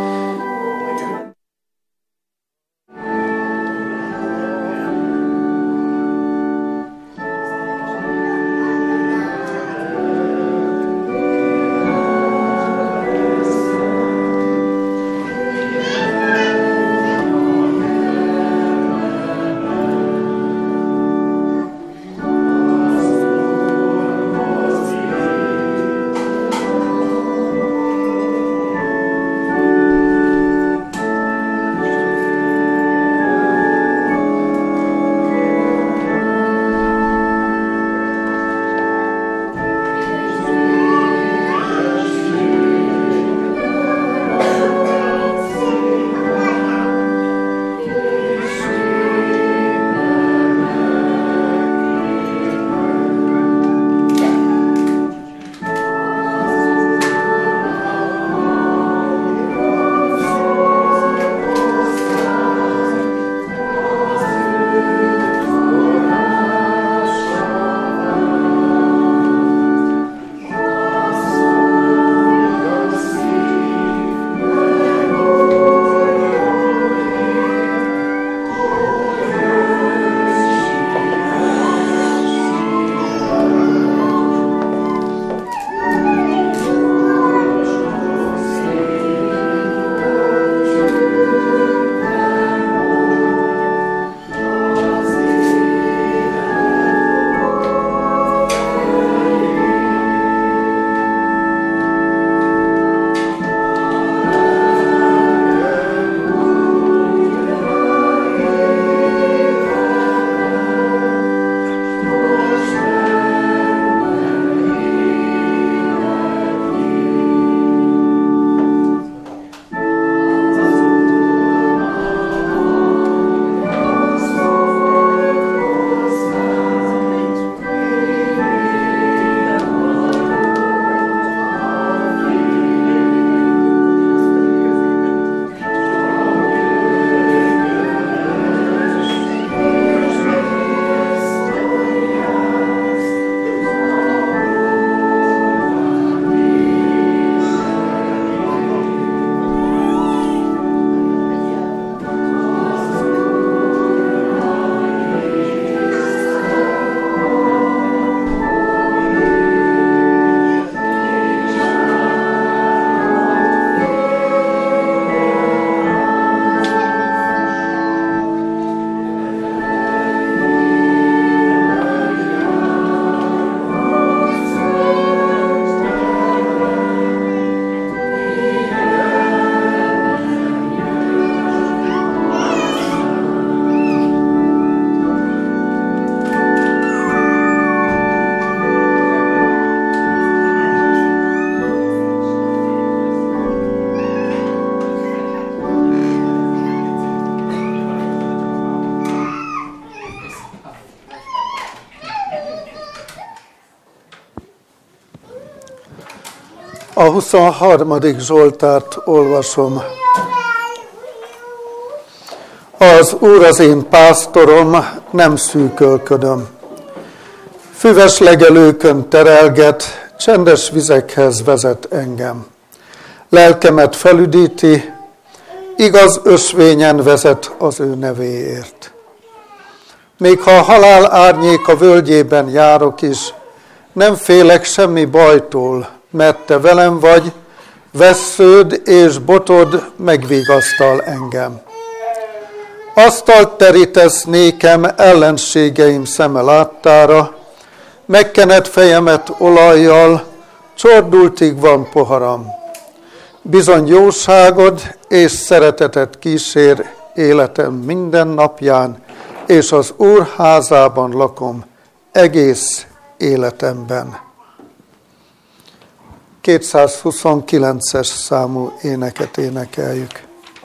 A 23. Zsoltárt olvasom. Az Úr az én pásztorom, nem szűkölködöm. Füves legelőkön terelget, csendes vizekhez vezet engem. Lelkemet felüdíti, igaz ösvényen vezet az ő nevéért. Még ha a halál árnyéka völgyében járok is, nem félek semmi bajtól, mert te velem vagy, vessződ és botod megvigasztal engem. Asztalt terítesz nékem ellenségeim szeme láttára, megkened fejemet olajjal, csordultig van poharam. Bizony jóságod és szereteted kísér életem minden napján, és az Úr házában lakom egész életemben. 229-es számú éneket énekeljük.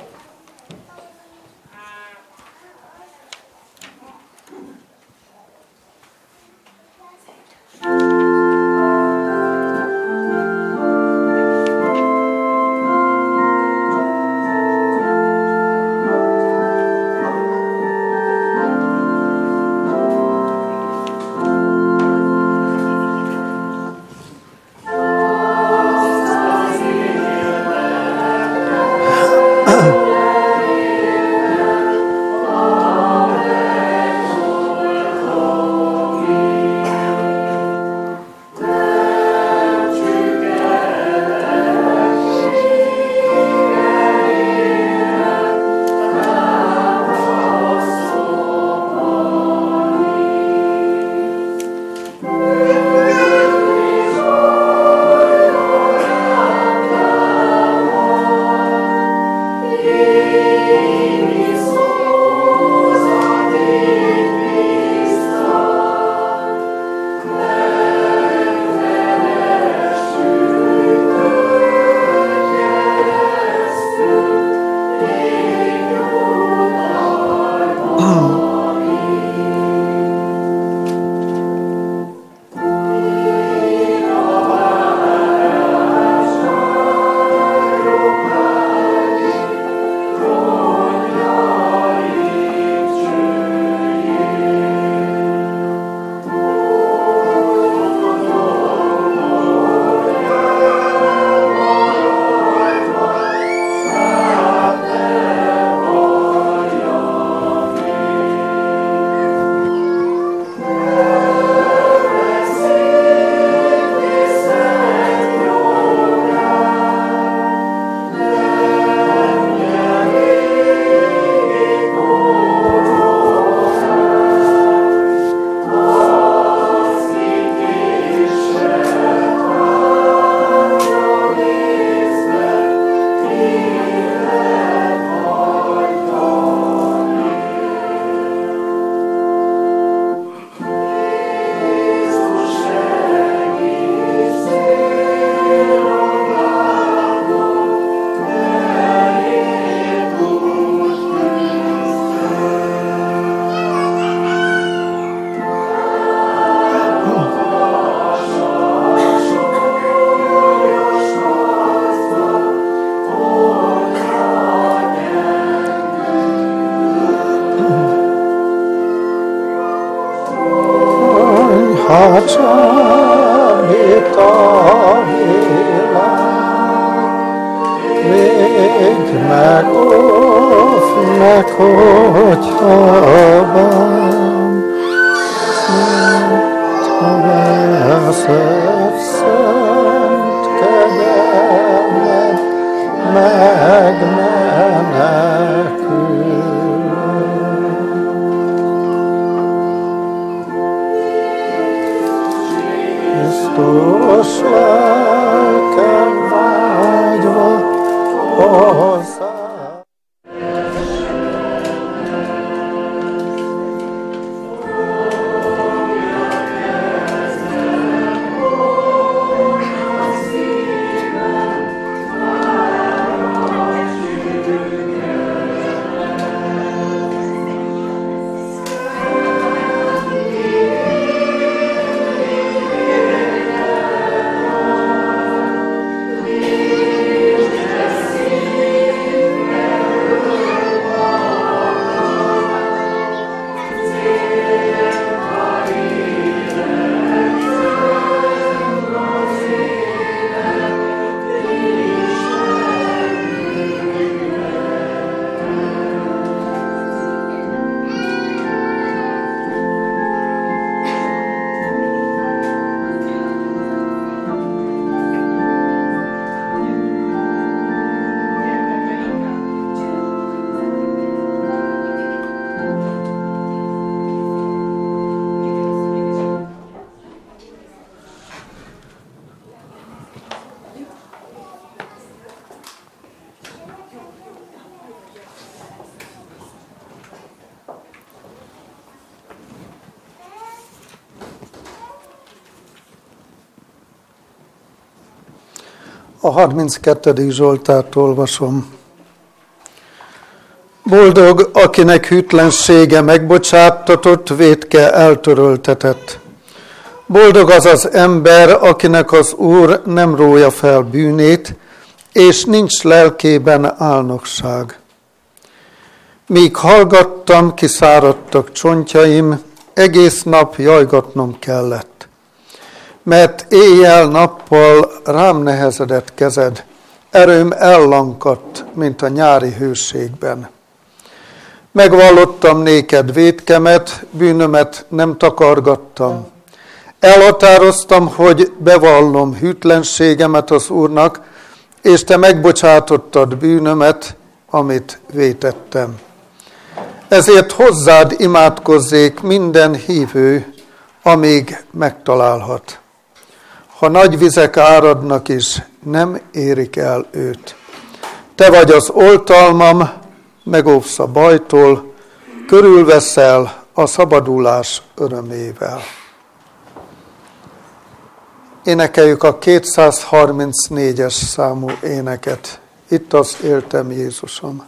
Csábít a világ, még megóvj meg, hogyha van, mert veszed szent kegyelmed, megmenekül. Krisztus lelkem vágyva hozzá. A 32. Zsoltárt olvasom. Boldog, akinek hűtlensége megbocsáttatott, vétke eltöröltetett. Boldog az az ember, akinek az Úr nem rója fel bűnét, és nincs lelkében álnokság. Míg hallgattam, kiszáradtak csontjaim, egész nap jajgatnom kellett. Mert éjjel-nappal rám nehezedett kezed, erőm ellankadt, mint a nyári hőségben. Megvallottam néked vétkemet, bűnömet nem takargattam. Elhatároztam, hogy bevallom hűtlenségemet az Úrnak, és te megbocsátottad bűnömet, amit vétettem. Ezért hozzád imádkozzék minden hívő, amíg megtalálhat. Ha nagy vizek áradnak is, nem érik el őt. Te vagy az oltalmam, megóvsz a bajtól, körülveszel a szabadulás örömével. Énekeljük a 234-es számú éneket. Itt az éltem Jézusom.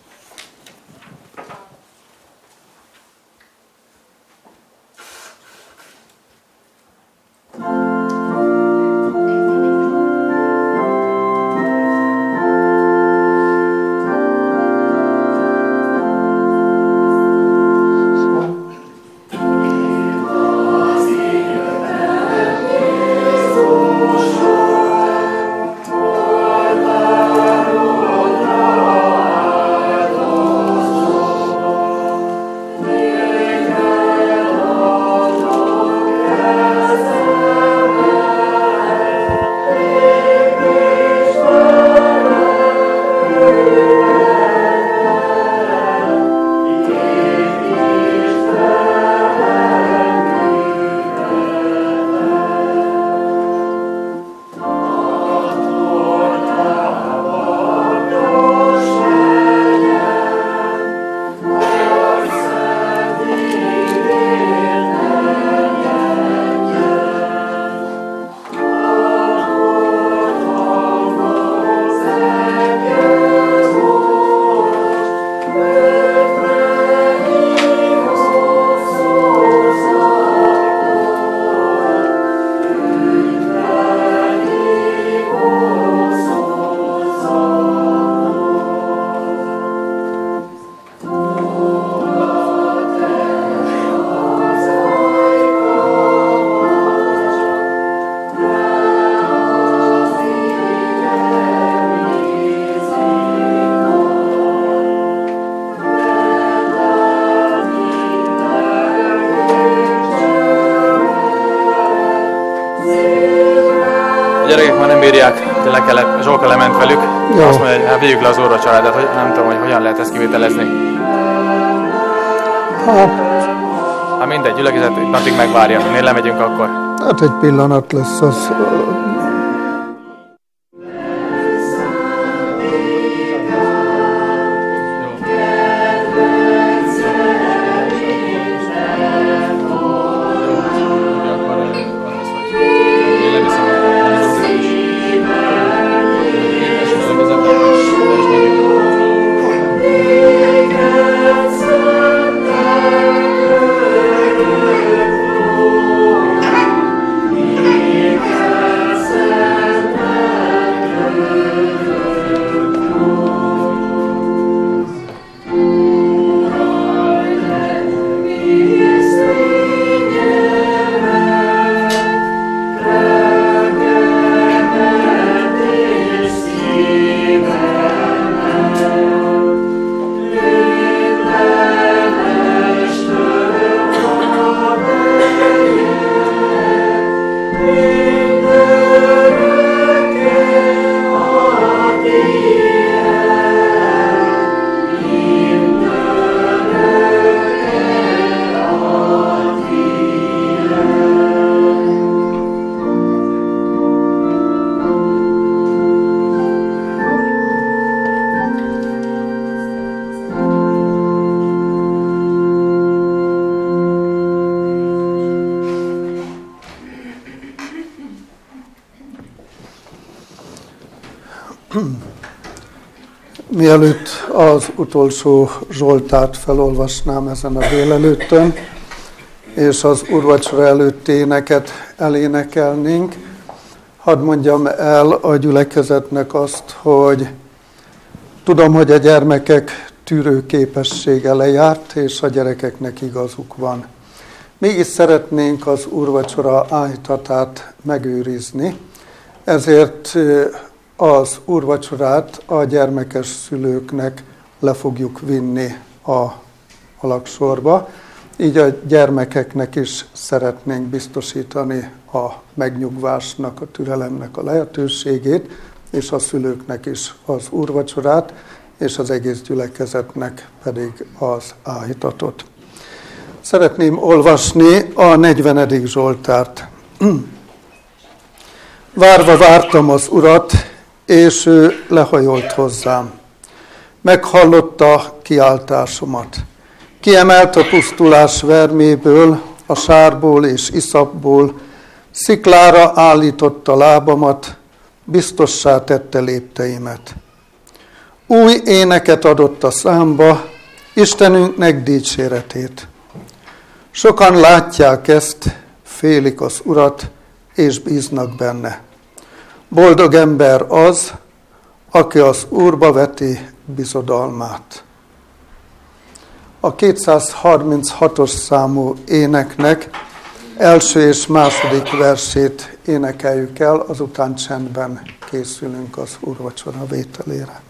De Zsolka lement velük, azt mondja, hogy hát vigyük le az Úrra családát, hogy nem tudom, hogy hogyan lehet ezt kivitelezni. Hát mindegy, gyülekezet egy napig megvárja, miért lemegyünk akkor? Hát egy pillanat lesz az. Yes. Mielőtt az utolsó Zsoltárt felolvasnám ezen a délelőttön, és az úrvacsora előtti éneket elénekelnénk, hadd mondjam el a gyülekezetnek azt, hogy tudom, hogy a gyermekek tűrőképessége lejárt, és a gyerekeknek igazuk van. Mégis szeretnénk az úrvacsora áhítatát megőrizni, ezért az úrvacsorát a gyermekes szülőknek le fogjuk vinni a alagsorba. Így a gyermekeknek is szeretnénk biztosítani a megnyugvásnak, a türelemnek a lehetőségét, és a szülőknek is az úrvacsorát, és az egész gyülekezetnek pedig az áhítatot. Szeretném olvasni a 40. Zsoltárt. Várva vártam az Urat, és ő lehajolt hozzám. Meghallotta kiáltásomat. Kiemelt a pusztulás verméből, a sárból és iszapból, sziklára állította lábamat, biztossá tette lépteimet. Új éneket adott a számba, Istenünknek dicséretét. Sokan látják ezt, félik az Urat, és bíznak benne. Boldog ember az, aki az Úrba veti bizodalmát. A 236-os számú éneknek első és második versét énekeljük el, azután csendben készülünk az úrvacsora vételére.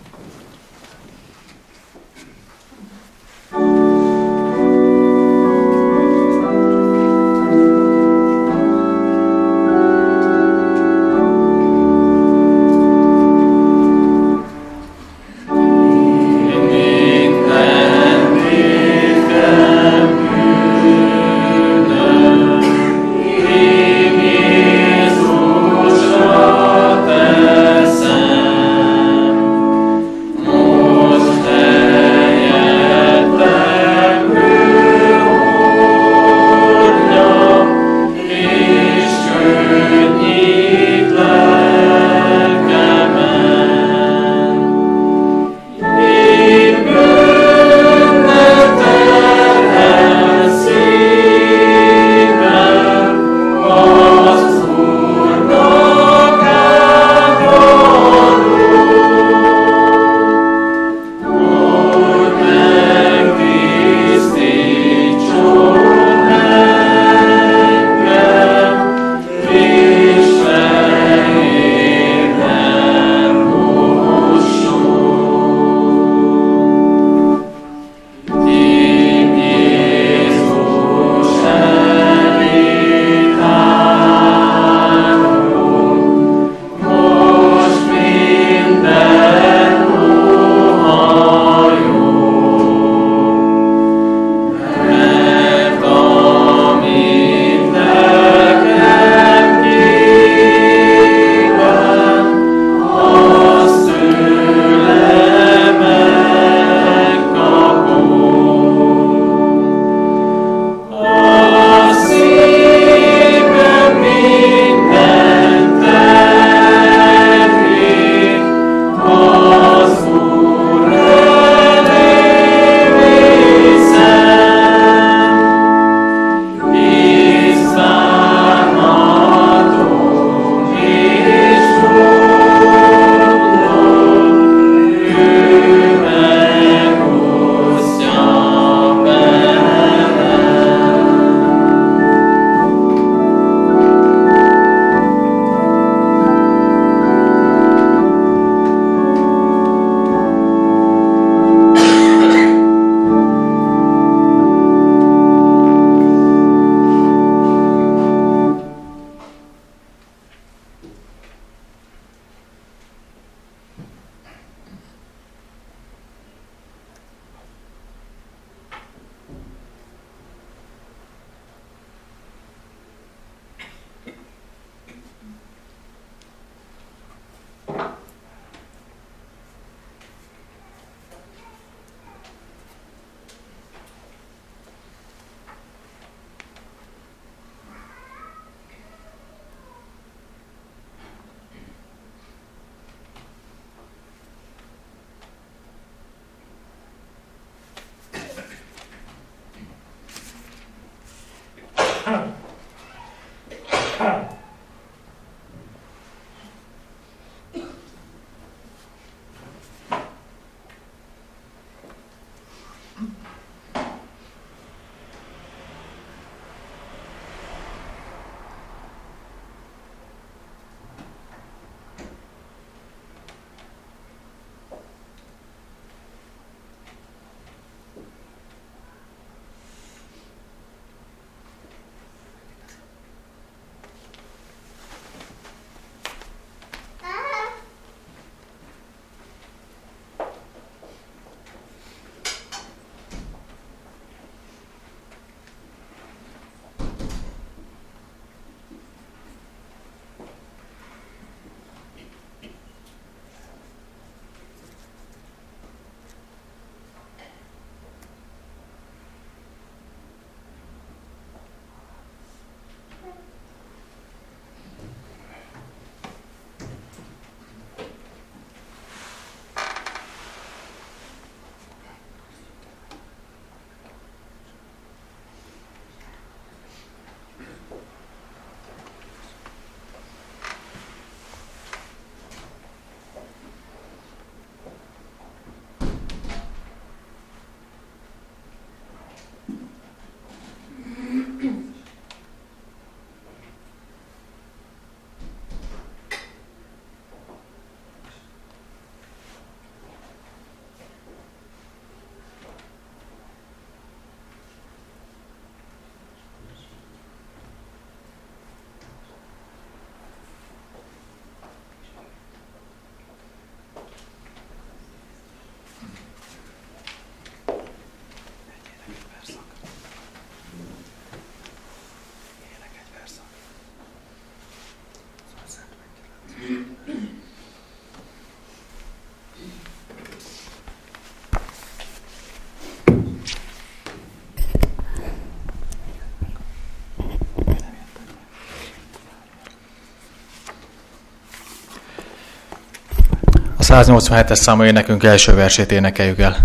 187-es számú énekünk első versét énekeljük el.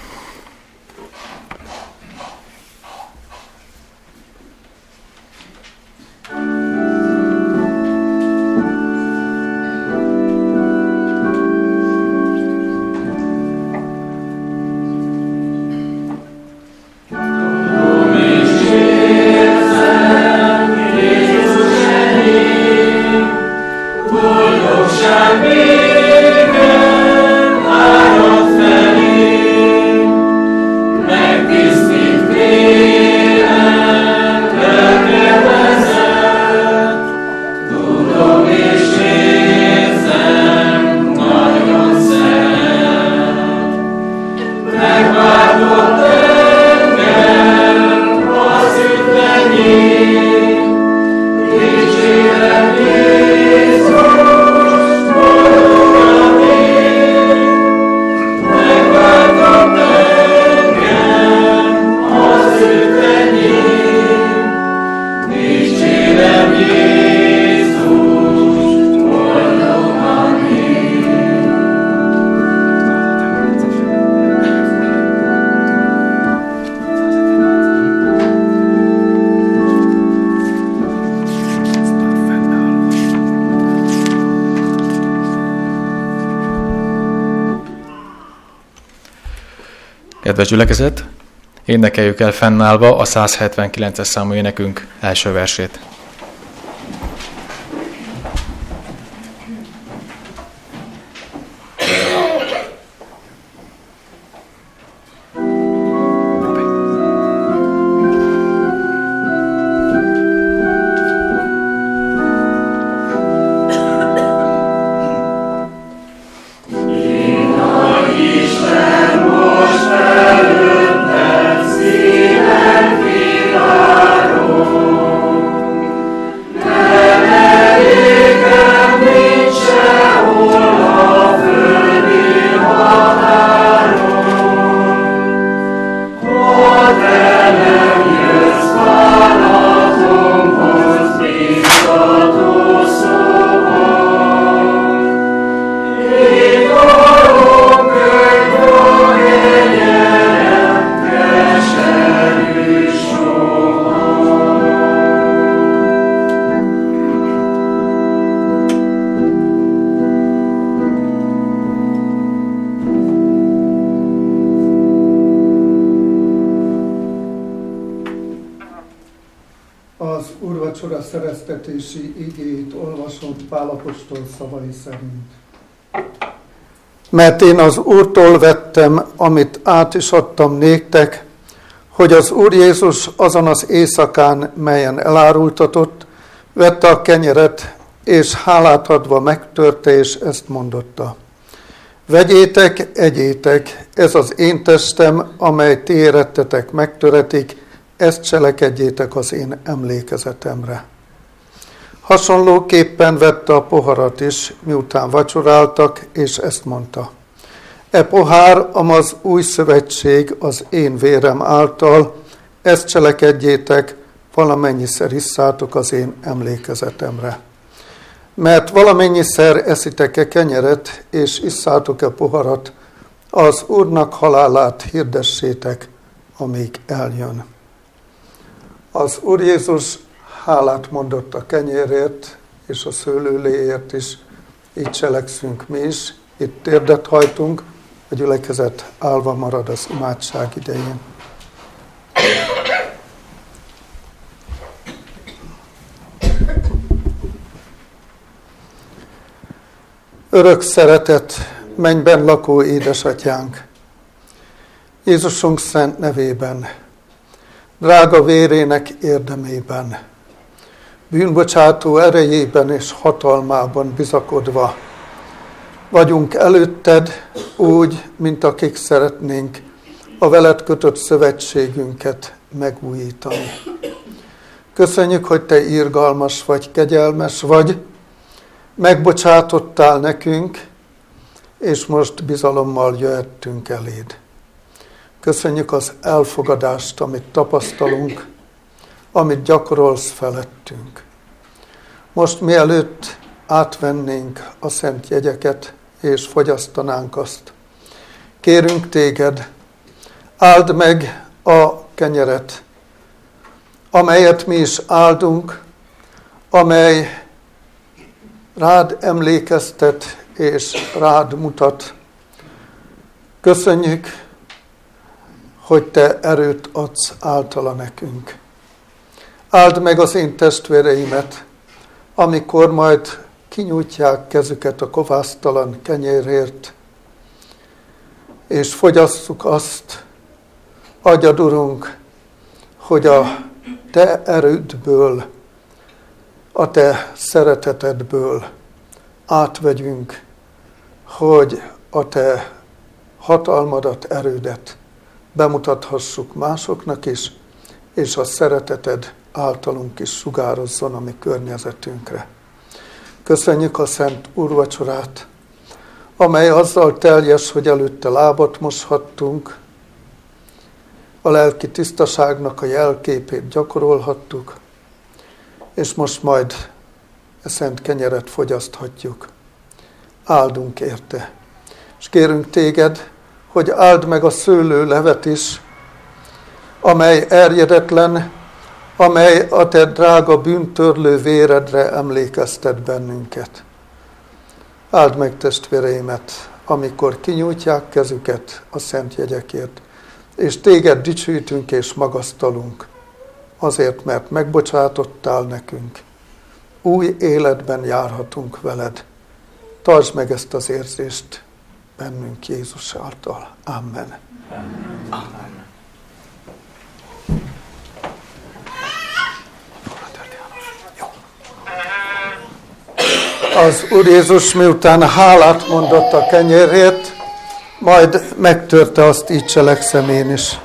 Kedves gyülekezet, énekeljük el fennállva a 179-es számú énekünk első versét. úrvacsora szereztetési igéit olvasom Pál apostol szavai szerint. Mert én az Úrtól vettem, amit át is adtam néktek, hogy az Úr Jézus azon az éjszakán, melyen elárultatott, vette a kenyeret, és hálát adva megtörte, és ezt mondotta. Vegyétek, egyétek, ez az én testem, amely ti érettetek megtöretik, ezt cselekedjétek az én emlékezetemre. Hasonlóképpen vette a poharat is, miután vacsoráltak, és ezt mondta. E pohár, amaz új szövetség az én vérem által, ezt cselekedjétek, valamennyiszer isszátok az én emlékezetemre. Mert valamennyiszer eszitek-e kenyeret, és isszátok-e poharat, az Úrnak halálát hirdessétek, amíg eljön. Az Úr Jézus hálát mondott a kenyérért, és a szőlőléért is, így cselekszünk mi is, itt térdet hajtunk, a gyülekezet állva marad az imádság idején. Örök szeretet, mennyben lakó édesatyánk, Jézusunk szent nevében, drága vérének érdemében, bűnbocsátó erejében és hatalmában bizakodva vagyunk előtted úgy, mint akik szeretnénk a veled kötött szövetségünket megújítani. Köszönjük, hogy te irgalmas vagy, kegyelmes vagy, megbocsátottál nekünk, és most bizalommal jöhettünk eléd. Köszönjük az elfogadást, amit tapasztalunk, amit gyakorolsz felettünk. Most mielőtt átvennénk a szent jegyeket, és fogyasztanánk azt. Kérünk téged, áld meg a kenyeret, amelyet mi is áldunk, amely rád emlékeztet és rád mutat. Köszönjük, hogy te erőt adsz általa nekünk. Áld meg az én testvéreimet, amikor majd kinyújtják kezüket a kovásztalan kenyérért, és fogyasszuk azt, adjad, Urunk, hogy a te erődből, a te szeretetedből átvegyünk, hogy a te hatalmadat, erődet bemutathassuk másoknak is, és a szereteted általunk is sugározzon a mi környezetünkre. Köszönjük a szent úrvacsorát, amely azzal teljes, hogy előtte lábat moshattunk, a lelki tisztaságnak a jelképét gyakorolhattuk, és most majd a szent kenyeret fogyaszthatjuk. Áldunk érte. És kérünk téged, hogy áld meg a szőlőlevet is, amely erjedetlen, amely a te drága bűntörlő véredre emlékeztet bennünket. Áld meg testvéreimet, amikor kinyújtják kezüket a szent jegyekért, és téged dicsőítünk és magasztalunk, azért, mert megbocsátottál nekünk. Új életben járhatunk veled. Tartsd meg ezt az érzést bennünk Jézus által. Amen. Amen. Az Úr Jézus miután hálát mondott a kenyérért, majd megtörte azt, így cselekszem én is.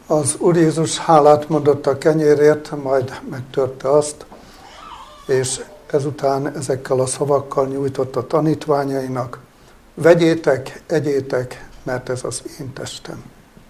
Az Úr Jézus hálát mondott a kenyérért, majd megtörte azt, és ezután ezekkel a szavakkal nyújtott a tanítványainak: vegyétek, egyétek, mert ez az én testem.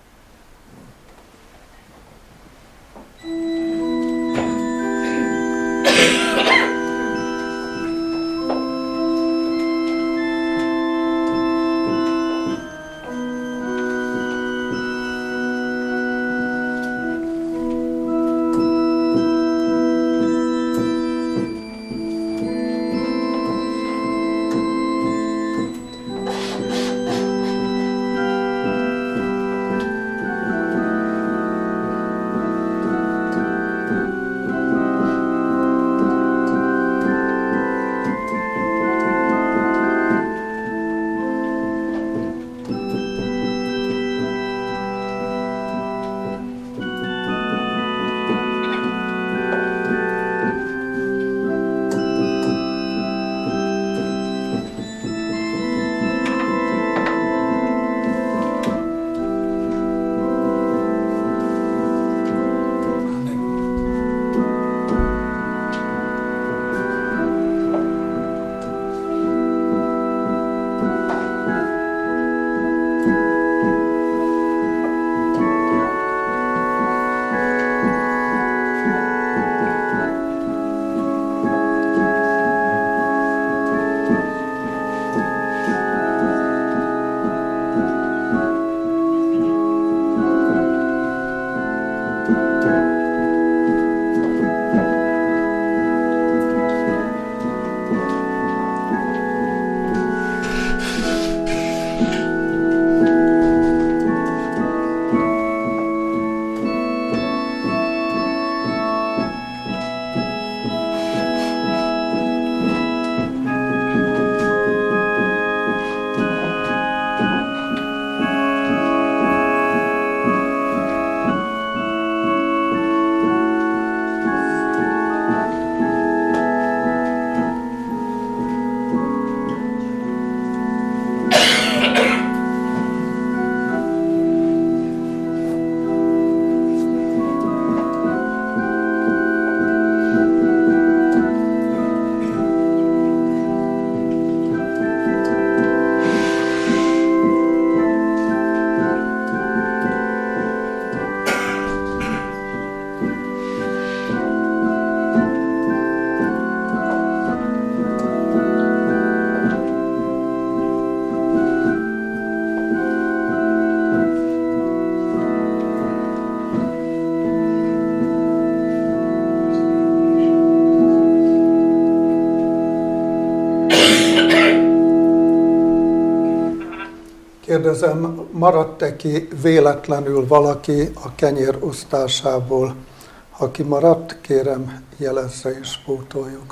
Kérdezem, maradt-e ki véletlenül valaki a kenyér osztásából? Ha ki maradt, kérem, jelezze és pótoljuk.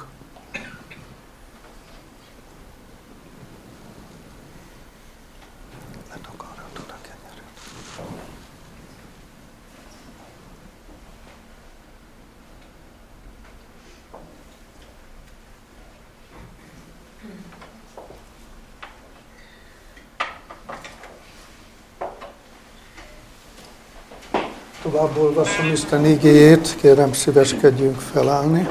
Tovább olvasom Isten igéjét, kérem szíveskedjünk felállni.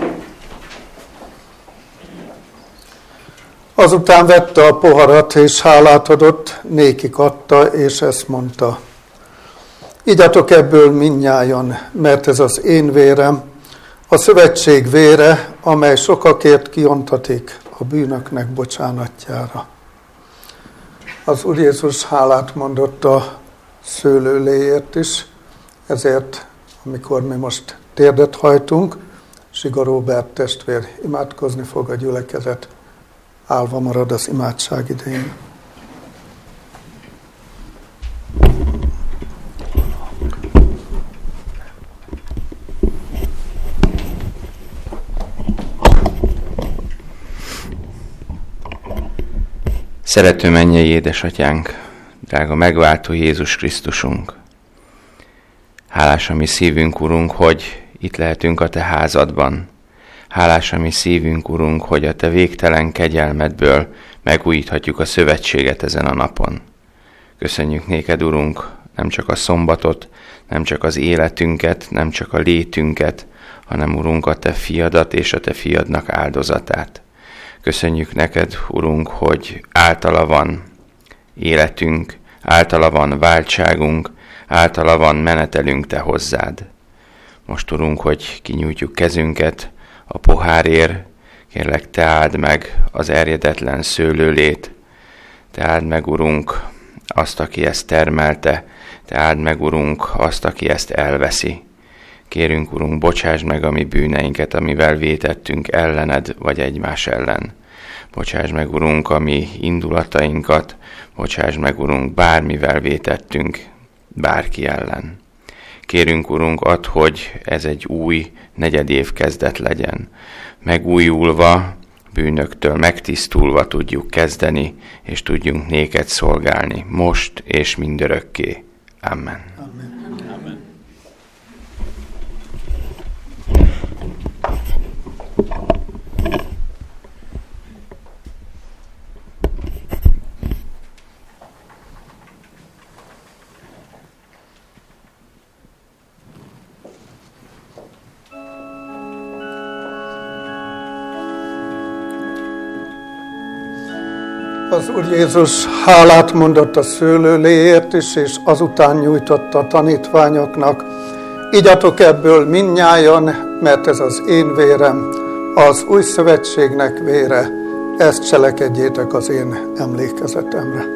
Azután vette a poharat, és hálát adott, nékik adta, és ezt mondta: igyatok ebből mindnyájan, mert ez az én vérem, a szövetség vére, amely sokakért kiontatik a bűnöknek bocsánatjára. Az Úr Jézus hálát mondott a szőlőléért is, ezért, amikor mi most térdet hajtunk, Siga Róbert testvér imádkozni fog, a gyülekezet állva marad az imádság idején. Szerető mennyei édesatyánk, drága megváltó Jézus Krisztusunk! Hálás a mi szívünk, Urunk, hogy itt lehetünk a Te házadban. Hálás a mi szívünk, Urunk, hogy a Te végtelen kegyelmedből megújíthatjuk a szövetséget ezen a napon. Köszönjük néked, Urunk, nem csak a szombatot, nem csak az életünket, nem csak a létünket, hanem Urunk, a Te fiadat és a Te fiadnak áldozatát. Köszönjük neked, Urunk, hogy általa van életünk, általa van váltságunk, általa van menetelünk Te hozzád. Most, Urunk, hogy kinyújtjuk kezünket a pohárért, kérlek, Te áld meg az erjedetlen szőlőlét, Te áld meg, Urunk, azt, aki ezt termelte, Te áld meg, Urunk, azt, aki ezt elveszi. Kérünk, Urunk, bocsásd meg a mi bűneinket, amivel vétettünk ellened vagy egymás ellen. Bocsásd meg, Urunk, a mi indulatainkat, bocsásd meg, Urunk, bármivel vétettünk bárki ellen. Kérünk, Urunk, add, hogy ez egy új negyedév kezdet legyen. Megújulva, bűnöktől megtisztulva tudjuk kezdeni, és tudjunk néked szolgálni, most és mindörökké. Amen. Amen. Az Úr Jézus hálát mondott a szőlőléért is, és azután nyújtotta a tanítványoknak. Igyatok ebből mindnyájan, mert ez az én vérem, az új szövetségnek vére. Ezt cselekedjétek az én emlékezetemre.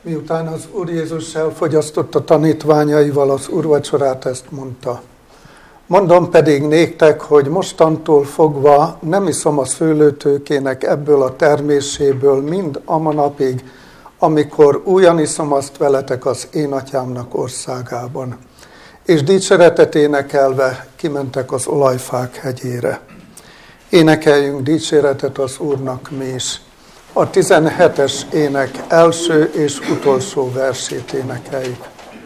Miután az Úr Jézus elfogyasztotta tanítványaival az úrvacsorát, ezt mondta. Mondom pedig néktek, hogy mostantól fogva nem iszom a szőlőtőkének ebből a terméséből mind a napig, amikor újan iszom azt veletek az én atyámnak országában. És dicséretet énekelve kimentek az olajfák hegyére. Énekeljünk dicséretet az Úrnak mi is. A 17-es ének első és utolsó versét énekeljük.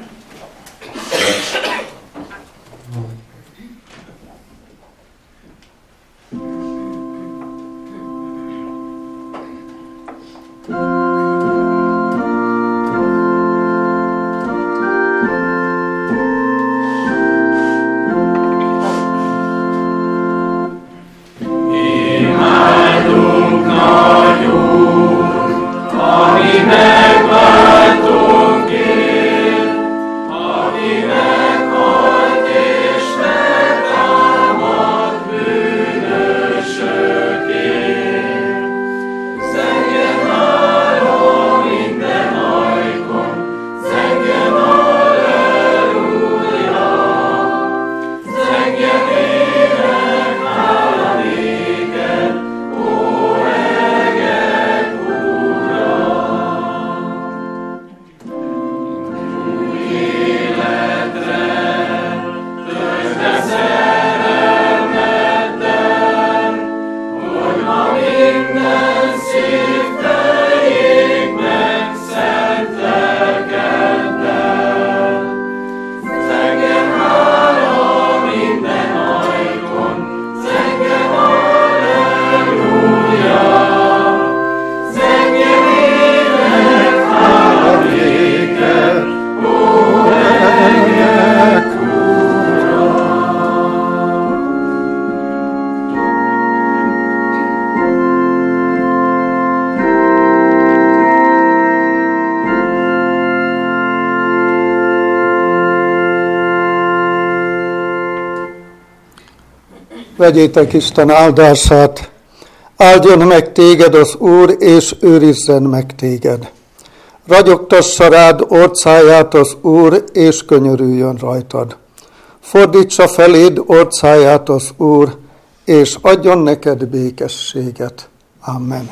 Vegyétek Isten áldását, áldjon meg téged az Úr, és őrizzen meg téged. Ragyogtassa rád orcáját az Úr, és könyörüljön rajtad. Fordítsa feléd orcáját az Úr, és adjon neked békességet. Amen.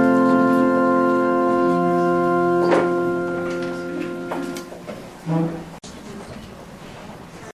Amen.